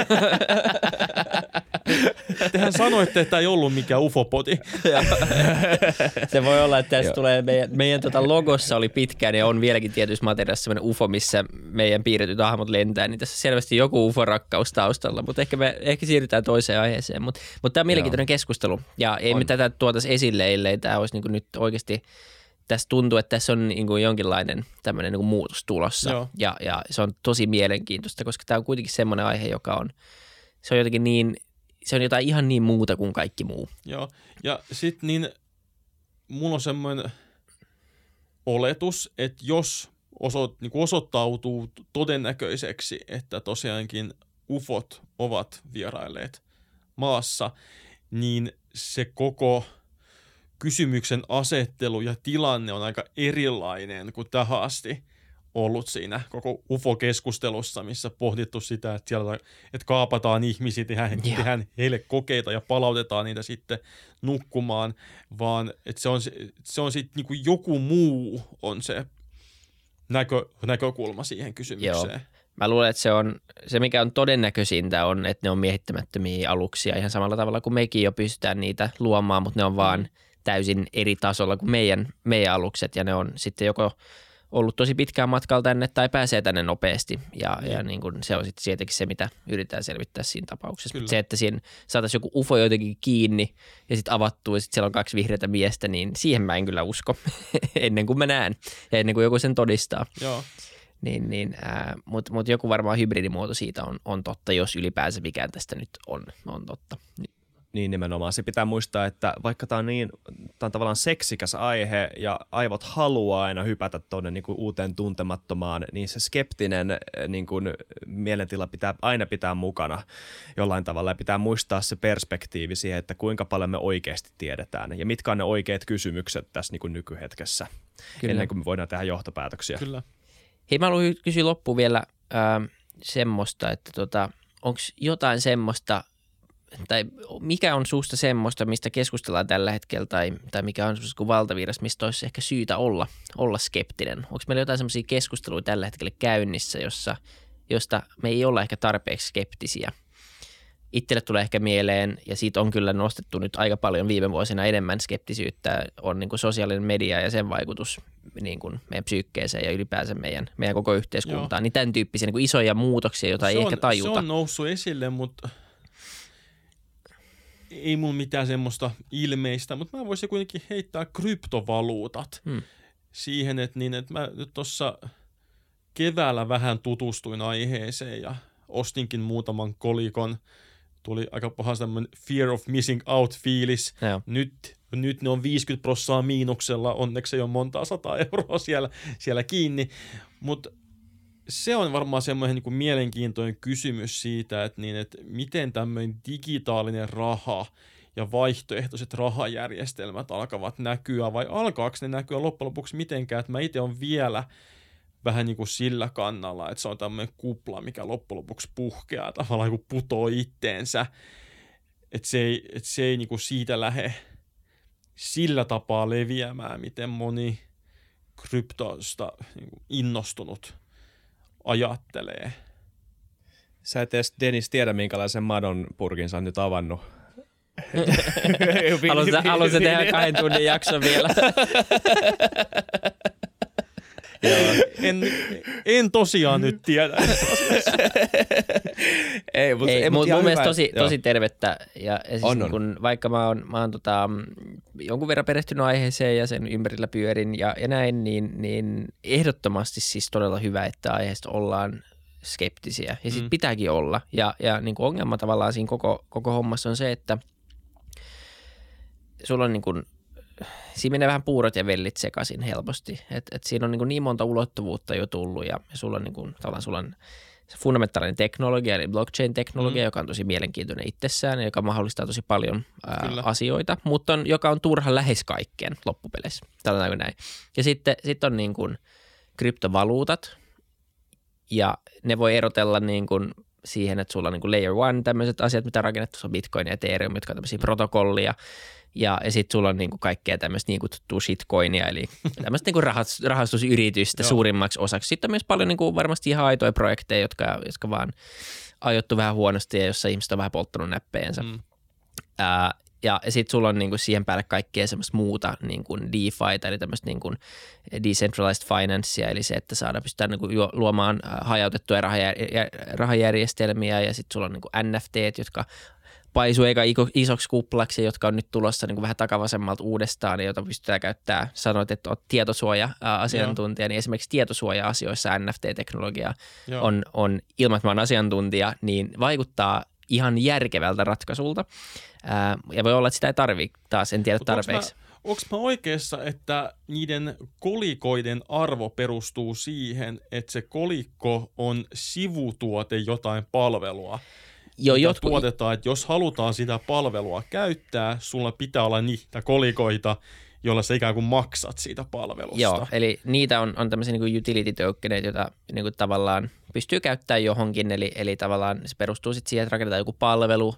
Tehän sanoitte, että ei ollut mikään UFO-poti. Se voi olla, että tässä tulee meidän logossa oli pitkään ja on vieläkin tietyissä materiaalissa sellainen UFO, missä meidän piirretyt hahmot lentää, niin tässä selvästi joku UFO-rakkaus taustalla, mutta ehkä siirrytään toiseen aiheeseen. Mutta tämä on mielenkiintoinen keskustelu ja ei me tätä tuotaisi esille, ellei tämä olisi niin nyt oikeasti. Tässä tuntuu, että tässä on niin kuin jonkinlainen tämmöinen niin kuin muutos tulossa ja se on tosi mielenkiintoista, koska tämä on kuitenkin semmoinen aihe, joka on, se on jotenkin niin, se on jotain ihan niin muuta kuin kaikki muu. Joo, ja sitten niin mulla on semmoinen oletus, että jos niin kuin osoittautuu todennäköiseksi, että tosiaankin UFOt ovat vierailleet maassa, niin se koko kysymyksen asettelu ja tilanne on aika erilainen kuin tähän asti ollut siinä koko UFO-keskustelussa, missä pohdittu sitä, että siellä että kaapataan ihmisiä, tehdään heille kokeita ja palautetaan niitä sitten nukkumaan, vaan että se on sitten niin kuin joku muu on se näkökulma siihen kysymykseen. Joo. Mä luulen, että se mikä on todennäköisintä on, että ne on miehittämättömiä aluksia ihan samalla tavalla kuin mekin jo pystytään niitä luomaan, mutta ne on vaan täysin eri tasolla kuin meidän alukset ja ne on sitten joko ollut tosi pitkään matkalla tänne tai pääsee tänne nopeasti ja niin kuin se on sitten tietenkin se, mitä yritetään selvittää siinä tapauksessa. Se, että siinä saataisiin joku UFO jotenkin kiinni ja sitten avattuu ja sitten siellä on 2 vihreätä miestä, niin siihen mä en kyllä usko ennen kuin mä näen ja ennen kuin joku sen todistaa. Joo. Mutta joku varmaan hybridimuoto siitä on totta, jos ylipäänsä mikään tästä nyt on totta. Niin nimenomaan. Se pitää muistaa, että vaikka tämä on tavallaan seksikäs aihe ja aivot haluaa aina hypätä tuonne niin kuin uuteen tuntemattomaan, niin se skeptinen niin kuin mielentila pitää aina pitää mukana jollain tavalla ja pitää muistaa se perspektiivi siihen, että kuinka paljon me oikeasti tiedetään ja mitkä on ne oikeat kysymykset tässä niin kuin nykyhetkessä. Kyllä. Ennen kuin me voidaan tehdä johtopäätöksiä. Kyllä. Hei, mä haluan kysyä loppuun vielä semmoista, että onko jotain semmoista, tai mikä on susta semmoista, mistä keskustellaan tällä hetkellä, tai mikä on semmoista kuin valtavirrasta, mistä olisi ehkä syytä olla skeptinen? Onko meillä jotain semmoisia keskusteluja tällä hetkellä käynnissä, josta me ei olla ehkä tarpeeksi skeptisiä? Itselle tulee ehkä mieleen, ja siitä on kyllä nostettu nyt aika paljon viime vuosina enemmän skeptisyyttä, on niin kuin sosiaalinen media ja sen vaikutus niin kuin meidän psyykkeeseen ja ylipäänsä meidän koko yhteiskuntaan. Niin tämän tyyppisiä niin kuin isoja muutoksia, joita ei ehkä tajuta. Se on noussut esille, mutta ei mun mitään semmoista ilmeistä, mutta mä voisin kuitenkin heittää kryptovaluutat siihen, että mä nyt tuossa keväällä vähän tutustuin aiheeseen ja ostinkin muutaman kolikon. Tuli aika paha semmoinen fear of missing out -fiilis. Nyt ne on 50% miinuksella, onneksi ei ole montaa 100 euroa siellä kiinni, mutta se on varmaan semmoinen niin kuin mielenkiintoinen kysymys siitä, että miten tämmöinen digitaalinen raha ja vaihtoehtoiset rahajärjestelmät alkavat näkyä, vai alkaako ne näkyä loppujen lopuksi mitenkään, että mä itse olen vielä vähän niin kuin sillä kannalla, että se on tämmöinen kupla, mikä loppujen lopuksi puhkeaa, tavallaan niin kuin putoo itteensä, että se ei niin kuin siitä lähde sillä tapaa leviämään, miten moni kryptosta niin kuin innostunut ajattelee. Sä et edes, Dennis, tiedä, minkälaisen madon purkin sä oot nyt avannut. Haluatko tehdä 2 tunnin jakson vielä? En tosiaan nyt tiedä. Mun mielestä tosi tervettä. Ja siis kun, vaikka mä oon jonkun verran perehtynyt aiheeseen ja sen ympärillä pyörin ja näin, niin ehdottomasti siis todella hyvä, että aiheesta ollaan skeptisiä. Ja sitten pitääkin olla. Ja niin kuin ongelma tavallaan siinä koko hommassa on se, että sulla on niin kuin, siinä menee vähän puurot ja vellit sekaisin helposti. Et siinä on niin monta ulottuvuutta jo tullut ja sulla on, niin kuin, tavallaan sulla on se fundamentaalinen teknologia, eli blockchain-teknologia, joka on tosi mielenkiintoinen itsessään ja joka mahdollistaa tosi paljon asioita, mutta joka on turha lähes kaikkeen loppupeleissä. Sanotaanko näin. Ja sitten on niin kuin kryptovaluutat ja ne voi erotella niin kuin siihen, että sulla on niin kuin layer one tämmöiset asiat, mitä on rakennettu, se on Bitcoin ja Ethereum, jotka on tämmöisiä protokollia. Ja sitten sulla on niinku kaikkea tämmöistä niin kutsuttua shitcoinia, eli tämmöistä niinku rahastusyritystä suurimmaksi osaksi. Sitten on myös paljon niinku varmasti ihan aitoja projekteja, jotka vaan ajoittu vähän huonosti ja jossa ihmiset on vähän polttanut näppejensä. Ja sitten sulla on niinku siihen päälle kaikkea semmoista muuta niinku DeFi, eli tämmöistä niinku decentralized financea, eli se, että pystytään niinku luomaan hajautettuja rahajärjestelmiä ja sitten sulla on niinku NFTt, jotka paisuu eikä isoksi kuplaksi, jotka on nyt tulossa niin kuin vähän takavasemmalta uudestaan, jota pystytään käyttämään. Sanoit, että olet tietosuoja-asiantuntija, niin esimerkiksi tietosuoja-asioissa NFT-teknologia on ilman, että mä olen asiantuntija, niin vaikuttaa ihan järkevältä ratkaisulta. Ja voi olla, että sitä ei tarvitse taas, en tiedä tarpeeksi. Onko mä oikeassa, että niiden kolikoiden arvo perustuu siihen, että se kolikko on sivutuote jotain palvelua? Tuotetaan, että jos halutaan sitä palvelua käyttää, sulla pitää olla niitä kolikoita, joilla sä ikään kuin maksat siitä palvelusta. Joo, eli niitä on tämmöisiä niin kuin utility tokeneita, joita niin kuin tavallaan pystyy käyttämään johonkin, eli tavallaan se perustuu sitten siihen, että rakennetaan joku palvelu,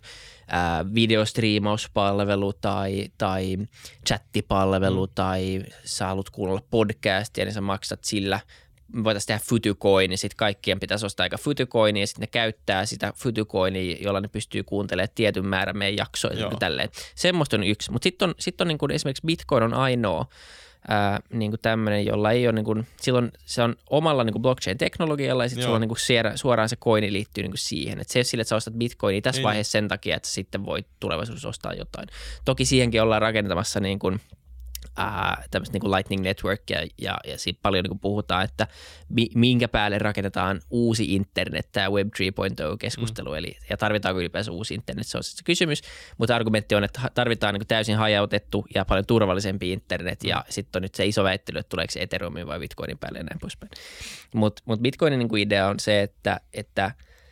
videostriimauspalvelu tai chattipalvelu tai sä haluat kuunnella podcastia, niin sä maksat sillä. Me voitaisiin tehdä Futucoin, niin sitten kaikkien pitäisi ostaa aika Futucoinia ja sitten ne käyttää sitä Futucoinia, jolla ne pystyy kuuntelemaan tietyn määrän meidän jaksoja. Semmoista on yksi, mutta sitten on niin kuin esimerkiksi Bitcoin on ainoa niin kuin tämmöinen, jolla ei ole, niin kuin, silloin se on omalla niin kuin blockchain-teknologialla ja sitten sulla on niin kuin suoraan se coini liittyy niin kuin siihen. Että se ei ole sille, että sä ostat Bitcoinia tässä vaiheessa sen takia, että sitten voit tulevaisuudessa ostaa jotain. Toki siihenkin ollaan rakentamassa niin kuin tämmöistä niin kuin Lightning Networkia ja siitä paljon niin kuin puhutaan, että minkä päälle rakennetaan uusi internet, tämä Web 3.0-keskustelu, ja tarvitaanko ylipäänsä uusi internet, se on se kysymys, mutta argumentti on, että tarvitaan niin kuin täysin hajautettu ja paljon turvallisempi internet, ja sitten on nyt se iso väittely, että tuleeko se Ethereumin vai Bitcoinin päälle ja näin poispäin. Mutta Bitcoinin niin kuin idea on se, että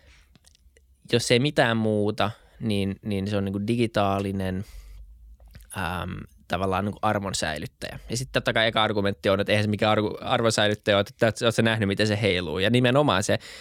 jos ei mitään muuta, niin se on niin kuin digitaalinen tavallaan niin arvon säilyttäjä. Ja sitten totta kai eka argumentti on, että eihän se mikä arvon säilyttäjä ole, että oletko nähnyt, miten se heiluu. Ja nimenomaan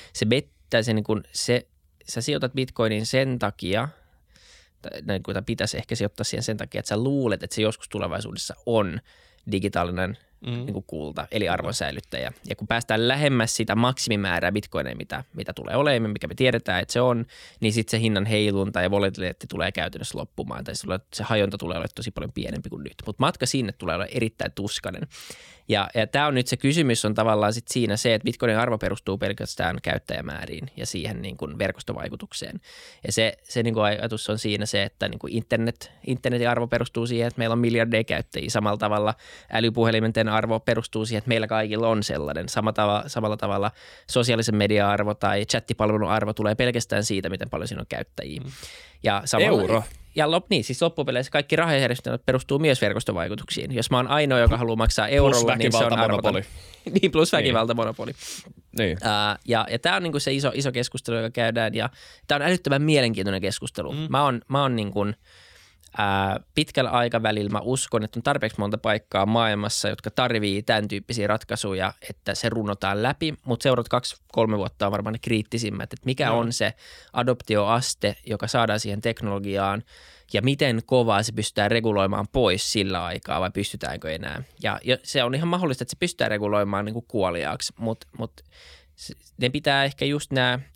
sä sijoitat Bitcoinin sen takia, tai pitäisi ehkä sijoittaa siihen sen takia, että sä luulet, että se joskus tulevaisuudessa on digitaalinen niin kuin kulta, eli arvonsäilyttäjä. Ja kun päästään lähemmäs sitä maksimimäärää bitcoineja, mitä tulee olemaan, mikä me tiedetään, että se on, niin sitten se hinnan heilunta ja volatiliteetti tulee käytännössä loppumaan, tai se hajonta tulee olemaan tosi paljon pienempi kuin nyt. Mutta matka sinne tulee olla erittäin tuskainen. Ja tämä on nyt se kysymys on tavallaan sit siinä se, että bitcoinin arvo perustuu pelkästään käyttäjämääriin ja siihen niin kuin verkostovaikutukseen. Ja se niin kuin ajatus on siinä se, että niin kuin internetin arvo perustuu siihen, että meillä on miljardeja käyttäjiä. Samalla tavalla älypuhelimenten arvo perustuu siihen, että meillä kaikilla on sellainen. Samalla tavalla sosiaalisen median arvo tai chattipalvelun arvo tulee pelkästään siitä, miten paljon siinä on käyttäjiä. Ja euro. Ja siis loppupeleissä kaikki rahajärjestelmät perustuu myös verkostovaikutuksiin. Jos mä oon ainoa, joka haluaa maksaa eurolla, niin se on arvoton. Niin, plus väkivaltamonopoli. Niin. Ja tämä on niinku se iso keskustelu, joka käydään, ja tämä on älyttömän mielenkiintoinen keskustelu. Mä oon niin kuin, pitkällä aikavälillä mä uskon, että on tarpeeksi monta paikkaa maailmassa, jotka tarvii tämän tyyppisiä ratkaisuja, että se runnotaan läpi, mutta seuraavat 2-3 vuotta on varmaan ne kriittisimmät, että mikä on se adoptioaste, joka saadaan siihen teknologiaan ja miten kovaa se pystytään reguloimaan pois sillä aikaa vai pystytäänkö enää. Ja se on ihan mahdollista, että se pystytään reguloimaan niin kuin kuoliaaksi, mutta ne pitää ehkä just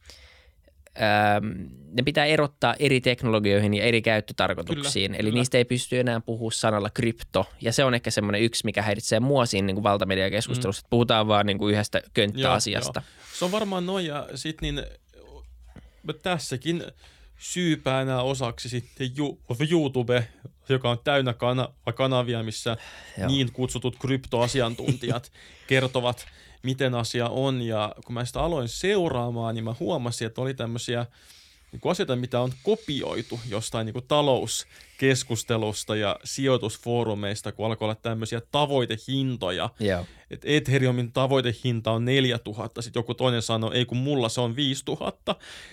ne pitää erottaa eri teknologioihin ja eri käyttötarkoituksiin. Eli niistä ei pysty enää puhua sanalla krypto. Ja se on ehkä semmoinen yksi, mikä häiritsee mua siinä niin kuin valtamediakeskustelussa. Että puhutaan vaan niin kuin yhdestä könttäasiasta. Se on varmaan noin. Ja sitten niin, tässäkin syypäänä osaksi sitten YouTube, joka on täynnä kanavia, missä niin kutsutut kryptoasiantuntijat kertovat, miten asia on. Ja kun mä sitä aloin seuraamaan, niin mä huomasin, että oli tämmöisiä niin kuin asioita, mitä on kopioitu jostain niin kuin talouskeskustelusta ja sijoitusfoorumeista, kun alkoi olla tämmöisiä tavoitehintoja. Joo. Että Ethereumin tavoitehinta on 4000, sitten joku toinen sanoo, ei kun mulla se on 5000.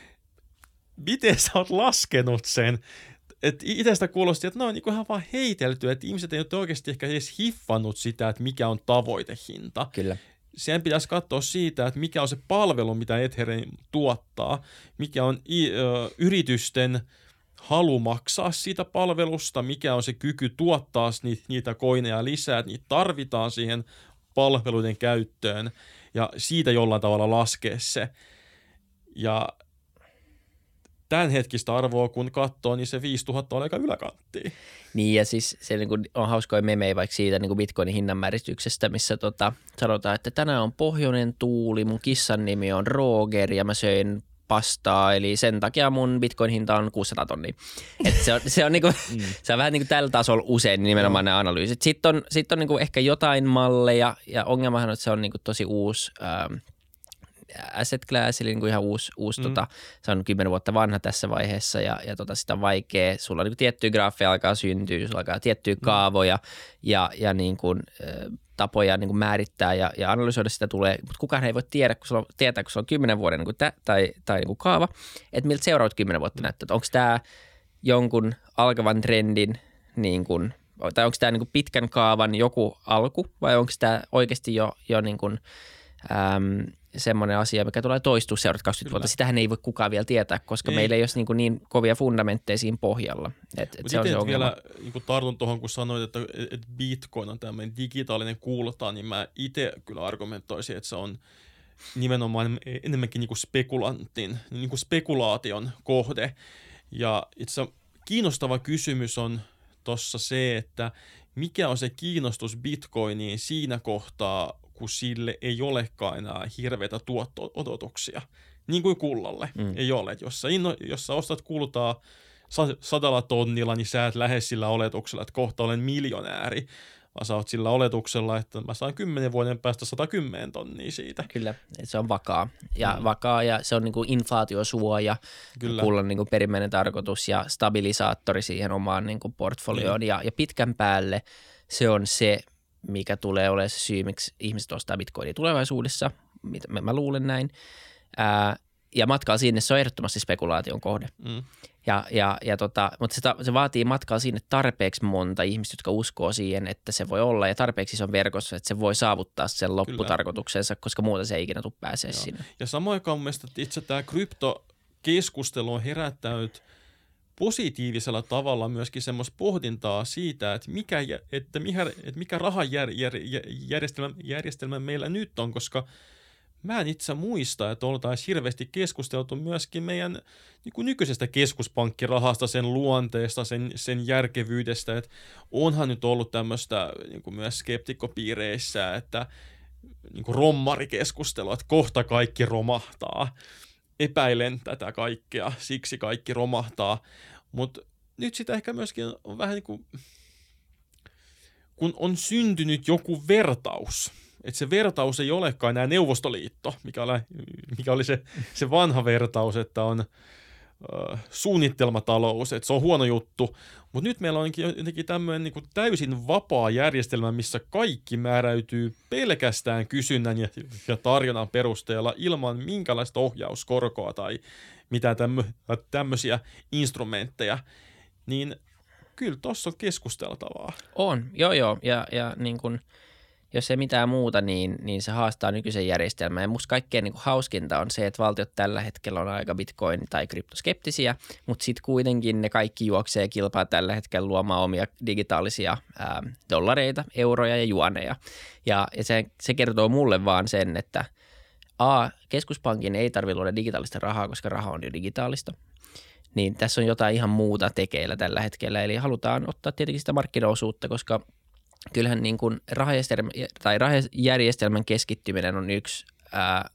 Miten sä oot laskenut sen? Että itsestä kuulosti, että ne on niin ihan vaan heitelty, että ihmiset ei ole oikeasti ehkä edes hiffannut sitä, että mikä on tavoitehinta. Kyllä. Sen pitäisi katsoa siitä, että mikä on se palvelu, mitä Ethereum tuottaa, mikä on yritysten halu maksaa siitä palvelusta, mikä on se kyky tuottaa niitä koineja lisää, että niitä tarvitaan siihen palveluiden käyttöön ja siitä jollain tavalla laskea se. Ja tämän hetkistä arvoa kun katsoo, niin se 5000 on aika yläkanttiin. Niin ja siis se niin kuin on hauskoja memejä vaikka siitä niin kuin Bitcoinin hinnanmäärityksestä, missä sanotaan, että tänään on pohjoinen tuuli, mun kissan nimi on Roger ja mä söin pastaa, eli sen takia mun Bitcoin-hinta on 600 tonnia. Et se on niinku, se on vähän niin kuin tällä tasolla usein nimenomaan nämä analyysit. Sitten on niinku ehkä jotain malleja ja ongelmahan on, että se on niinku tosi uusi asset class, eli niinku ihan uusi se on 10 vuotta vanha tässä vaiheessa ja sitä on vaikea. Sulla on niinku tiettyjä graafeja alkaa syntyä, sulla alkaa tiettyjä kaavoja ja niinku, tapoja niin kuin määrittää ja analysoida sitä tulee, mutta kukaan ei voi tietää, kun sulla on 10 vuoden niin kuin tai niin kuin kaava, että miltä seuraavat 10 vuotta näyttää. Onko tämä jonkun alkavan trendin, niin kuin, tai onko tämä niin kuin pitkän kaavan joku alku, vai onko tämä oikeasti jo niin kuin, semmoinen asia, mikä tulee toistua seuraavat 20 vuotta. Sitähän ei voi kukaan vielä tietää, koska meillä ei ole niin kovia fundamentteja siinä pohjalla. Se on se ongelma. Vielä niin tartun tuohon, kun sanoit, että Bitcoin on tämmöinen digitaalinen kulta, niin mä itse kyllä argumentoisin, että se on nimenomaan enemmänkin niin kuin spekulantin, niin kuin spekulaation kohde. Ja itse kiinnostava kysymys on tuossa se, että mikä on se kiinnostus Bitcoiniin siinä kohtaa, kun sille ei olekaan enää hirveitä tuotto-odotuksia. Niin kuin kullalle ei ole. Et jos sä ostat kultaa 100 tonnilla, niin sä et lähde sillä oletuksella, että kohta olen miljonääri, vaan sä oot sillä oletuksella, että mä saan 10 vuoden päästä 110 tonnia siitä. Kyllä, että se on vakaa. Ja se on niin kuin inflaatiosuoja, kullan niin kuin perimmäinen tarkoitus ja stabilisaattori siihen omaan niin kuin portfolioon. Ja pitkän päälle se on se, mikä tulee olemaan se syy, miksi ihmiset ostaa bitcoinia tulevaisuudessa. Mä luulen näin. Ja matkaa sinne, se on ehdottomasti spekulaation kohde. Mutta se vaatii matkaa sinne tarpeeksi monta ihmistä, jotka uskoo siihen, että se voi olla. Ja tarpeeksi se on verkossa, että se voi saavuttaa sen lopputarkoituksensa, koska muuta se ei ikinä tule pääsee sinne. Ja samaan aikaan mun mielestä itse tämä kryptokeskustelu on herättänyt positiivisella tavalla myöskin semmoista pohdintaa siitä, että mikä rahajärjestelmä meillä nyt on, koska mä en itse muista, että oltaisiin hirveästi keskusteltu myöskin meidän niin kuin nykyisestä keskuspankkirahasta, sen luonteesta, sen järkevyydestä, että onhan nyt ollut tämmöistä niin kuin myös skeptikkopiireissä, että niin kuin rommarikeskustelua, että kohta kaikki romahtaa. Epäilen tätä kaikkea, siksi kaikki romahtaa, mutta nyt sitä ehkä myöskin on vähän niin kuin, kun on syntynyt joku vertaus, että se vertaus ei olekaan enää Neuvostoliitto, mikä oli se vanha vertaus, että on suunnitelmatalous, että se on huono juttu, mutta nyt meillä on jotenkin tämmöinen niin kuin täysin vapaa järjestelmä, missä kaikki määräytyy pelkästään kysynnän ja tarjonnan perusteella ilman minkälaista ohjauskorkoa tai mitään tämmöisiä instrumentteja, niin kyllä tuossa on keskusteltavaa. On, joo, ja niin kuin jos ei mitään muuta, niin se haastaa nykyisen järjestelmän. Ja musta kaikkein niin kuin hauskinta on se, että valtiot tällä hetkellä on aika bitcoin- tai kryptoskeptisiä, mutta sitten kuitenkin ne kaikki juoksee kilpaa tällä hetkellä luomaan omia digitaalisia dollareita, euroja ja juaneja. Ja se kertoo mulle vaan sen, että keskuspankin ei tarvitse luoda digitaalista rahaa, koska raha on jo digitaalista. Niin tässä on jotain ihan muuta tekeillä tällä hetkellä. Eli halutaan ottaa tietenkin sitä markkinaosuutta, koska kyllähän niin kuin rahajärjestelmän keskittyminen on yksi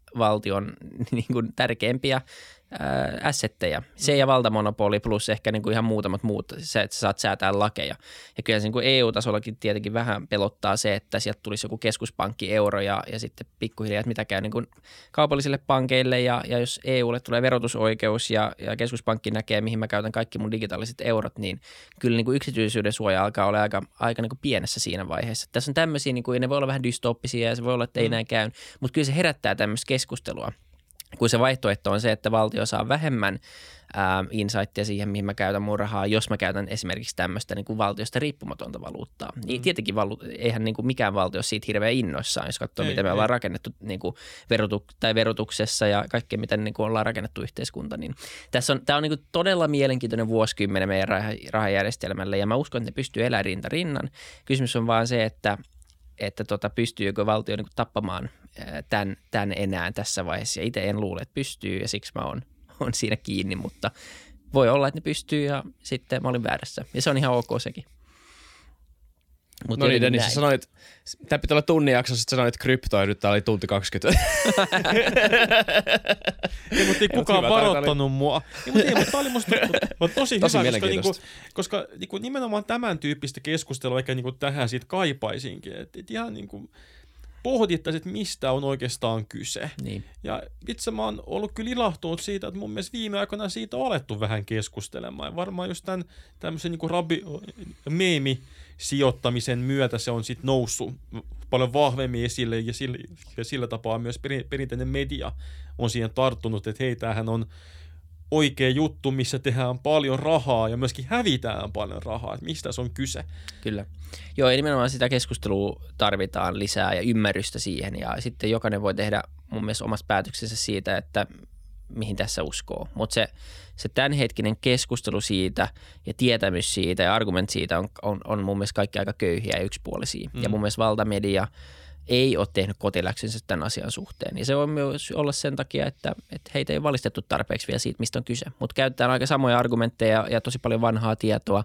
valtion niin kuin tärkeimpiä assetteja. Se ja valtamonopoli plus ehkä niin kuin ihan muutamat muut, se, että sä saat säätää lakeja. Ja kyllä se niin kuin EU-tasollakin tietenkin vähän pelottaa se, että sieltä tulisi joku keskuspankki euro ja sitten pikkuhiljaa, että mitä käy niin kuin kaupallisille pankeille ja jos EUlle tulee verotusoikeus ja keskuspankki näkee, mihin mä käytän kaikki mun digitaaliset eurot, niin kyllä niin kuin yksityisyyden suoja alkaa olla aika niin kuin pienessä siinä vaiheessa. Tässä on tämmöisiä, niin kuin, ne voi olla vähän dystooppisia ja se voi olla, että ei näin käy, mutta kyllä se herättää tämmöistä keskustelua. Kun se vaihtoehto on se, että valtio saa vähemmän insightia siihen, mihin mä käytän mun rahaa, jos mä käytän esimerkiksi tämmöistä niin kuin valtiosta riippumatonta valuuttaa. Niin tietenkin eihän niin kuin mikään valtio siitä hirveän innoissaan, jos katsoo, miten me ollaan rakennettu niin kuin verotuksessa ja kaikkea, miten niin kuin ollaan rakennettu yhteiskunta. Niin tämä on niin kuin todella mielenkiintoinen vuosikymmenen meidän rahajärjestelmälle ja mä uskon, että ne pystyy elämään rinta rinnan. Kysymys on vaan se, että pystyykö valtio niin kuin tappamaan tämän enää tässä vaiheessa. Ja itse en luule, että pystyy ja siksi mä oon siinä kiinni, mutta voi olla, että ne pystyy ja sitten mä olin väärässä. Ja se on ihan ok sekin. No niin, Dennis, sä sanoit, tämä pitää olla tunnin jaksossa, että sä sanoit kryptoa ja nyt tää oli tunti 20. Ei, mutta ei kukaan varoittanut mua. Mutta tää oli musta tosi hyvä, koska nimenomaan tämän tyyppistä keskustelua eikä tähän siitä kaipaisinkin. Että ihan pohdittaisiin, että mistä on oikeastaan kyse. Niin. Ja itse mä oon ollut kyllä ilahtunut siitä, että mun mielestä viime aikoina siitä on alettu vähän keskustelemaan. Ja varmaan just tämmöisen meemi-sijoittamisen myötä se on sitten noussut paljon vahvemmin esille ja sillä tapaa myös perinteinen media on siihen tarttunut, että hei, tämähän on oikea juttu, missä tehdään paljon rahaa ja myöskin hävitään paljon rahaa. Että mistä se on kyse? Kyllä. Joo, ja nimenomaan sitä keskustelua tarvitaan lisää ja ymmärrystä siihen. Ja sitten jokainen voi tehdä mun mielestä omasta päätöksensä siitä, että mihin tässä uskoo. Mutta se tämänhetkinen keskustelu siitä ja tietämys siitä ja argumentti siitä on mun mielestä kaikki aika köyhiä ja yksipuolisia. Ja mun mielestä valtamedia ei ole tehnyt kotiläksynsä tämän asian suhteen. Ja se voi myös olla sen takia, että heitä ei ole valistettu tarpeeksi vielä siitä, mistä on kyse. Mutta käytetään aika samoja argumentteja ja tosi paljon vanhaa tietoa.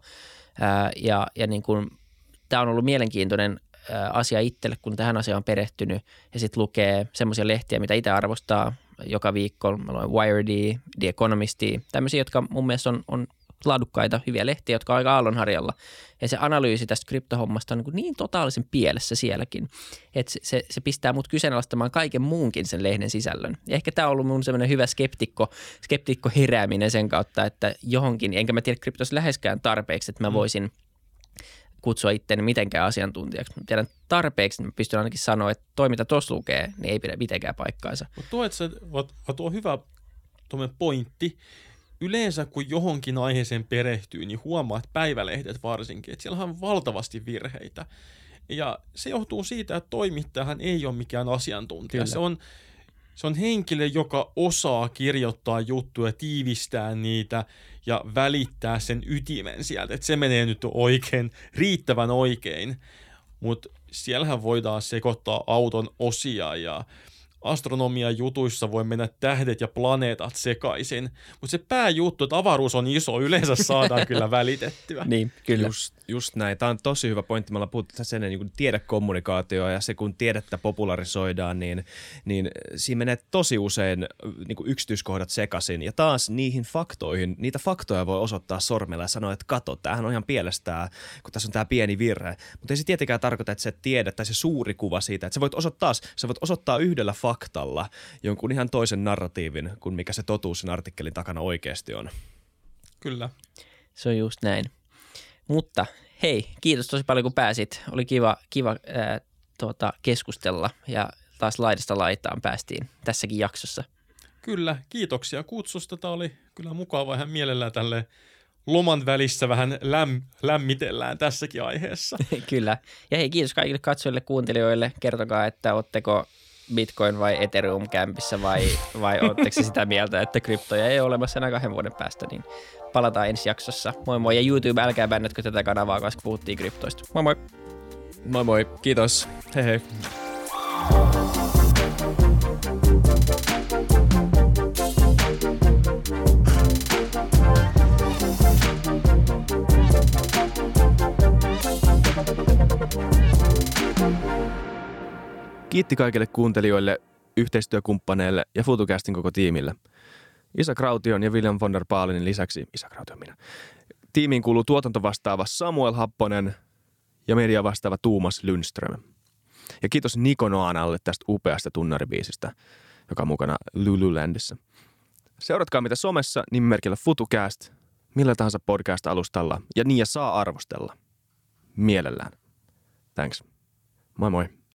Ja niin kuin, tämä on ollut mielenkiintoinen asia itselle, kun tähän asiaan on perehtynyt ja sitten lukee semmoisia lehtiä, mitä itse arvostaa joka viikko. Mä luen Wiredia, The Economistia, tämmöisiä, jotka mun mielestä on laadukkaita, hyviä lehtiä, jotka on aika aallonharjalla. Ja se analyysi tästä kryptohommasta on niin totaalisen pielessä sielläkin, että se pistää mut kyseenalaistamaan kaiken muunkin sen lehden sisällön. Ja ehkä tämä on ollut mun semmoinen hyvä skeptikko herääminen sen kautta, että johonkin, enkä mä tiedä kryptossa läheskään tarpeeksi, että mä voisin kutsua itseäni mitenkään asiantuntijaksi. Mä tiedän tarpeeksi, niin mä pystyn ainakin sanoa, että toi mitä tuossa lukee, niin ei pidä mitenkään paikkaansa. Mutta tuo on hyvä pointti. Yleensä kun johonkin aiheeseen perehtyy, niin huomaa, että päivälehdet varsinkin, että siellä on valtavasti virheitä. Ja se johtuu siitä, että toimittajahan ei ole mikään asiantuntija. Se on henkilö, joka osaa kirjoittaa juttuja, tiivistää niitä ja välittää sen ytimen sieltä. Että se menee nyt oikein, riittävän oikein. Mutta siellähän voidaan sekoittaa auton osia ja astronomian jutuissa voi mennä tähdet ja planeetat sekaisin, mutta se pääjuttu, että avaruus on iso, yleensä saadaan kyllä välitettyä. Niin, kyllä. Just näin. Tämä on tosi hyvä pointti. Me ollaan puhuttu tässä ennen niin tiedekommunikaatioa ja se, kun tiedettä popularisoidaan, niin siinä menee tosi usein niin yksityiskohdat sekaisin. Ja taas niitä faktoja voi osoittaa sormella ja sanoa, että kato, tämähän on ihan pielestään, kun tässä on tämä pieni virhe. Mutta ei se tietenkään tarkoita, että se tiede tai se suuri kuva siitä, että sä voit osoittaa yhdellä faktalla jonkun ihan toisen narratiivin kuin mikä se totuus sen artikkelin takana oikeasti on. Kyllä. Se on just näin. Mutta hei, kiitos tosi paljon kun pääsit. Oli kiva keskustella ja taas laidasta laitaan päästiin tässäkin jaksossa. Kyllä, kiitoksia kutsusta. Tämä oli kyllä mukava ihan mielellään tälle loman välissä vähän lämmitellään tässäkin aiheessa. Kyllä. Ja hei, kiitos kaikille katsojille, kuuntelijoille. Kertokaa, että ootteko Bitcoin vai Ethereum kämpissä vai ootteko sitä mieltä, että kryptoja ei ole olemassa enää 2 vuoden päästä, niin palataan ensi jaksossa. Moi moi, ja YouTube, älkää bännätkö tätä kanavaa, koska puhuttiin kryptoista. Moi moi! Moi moi, kiitos. Hei hei. Kiitti kaikille kuuntelijoille yhteistyökumppaneille ja FutuCastin koko tiimille. Isa Kraution ja William von der Baalinin lisäksi, Isa Kraution minä, tiimiin kuuluu tuotantovastaava Samuel Happonen ja media vastaava Tuumas Lundström. Ja kiitos Niko Noanalle tästä upeasta tunnaribiisistä, joka on mukana Lululandissa. Seuratkaa mitä somessa nimimerkillä FutuCast, millä tahansa podcast-alustalla ja niin ja saa arvostella. Mielellään. Thanks. Moi moi.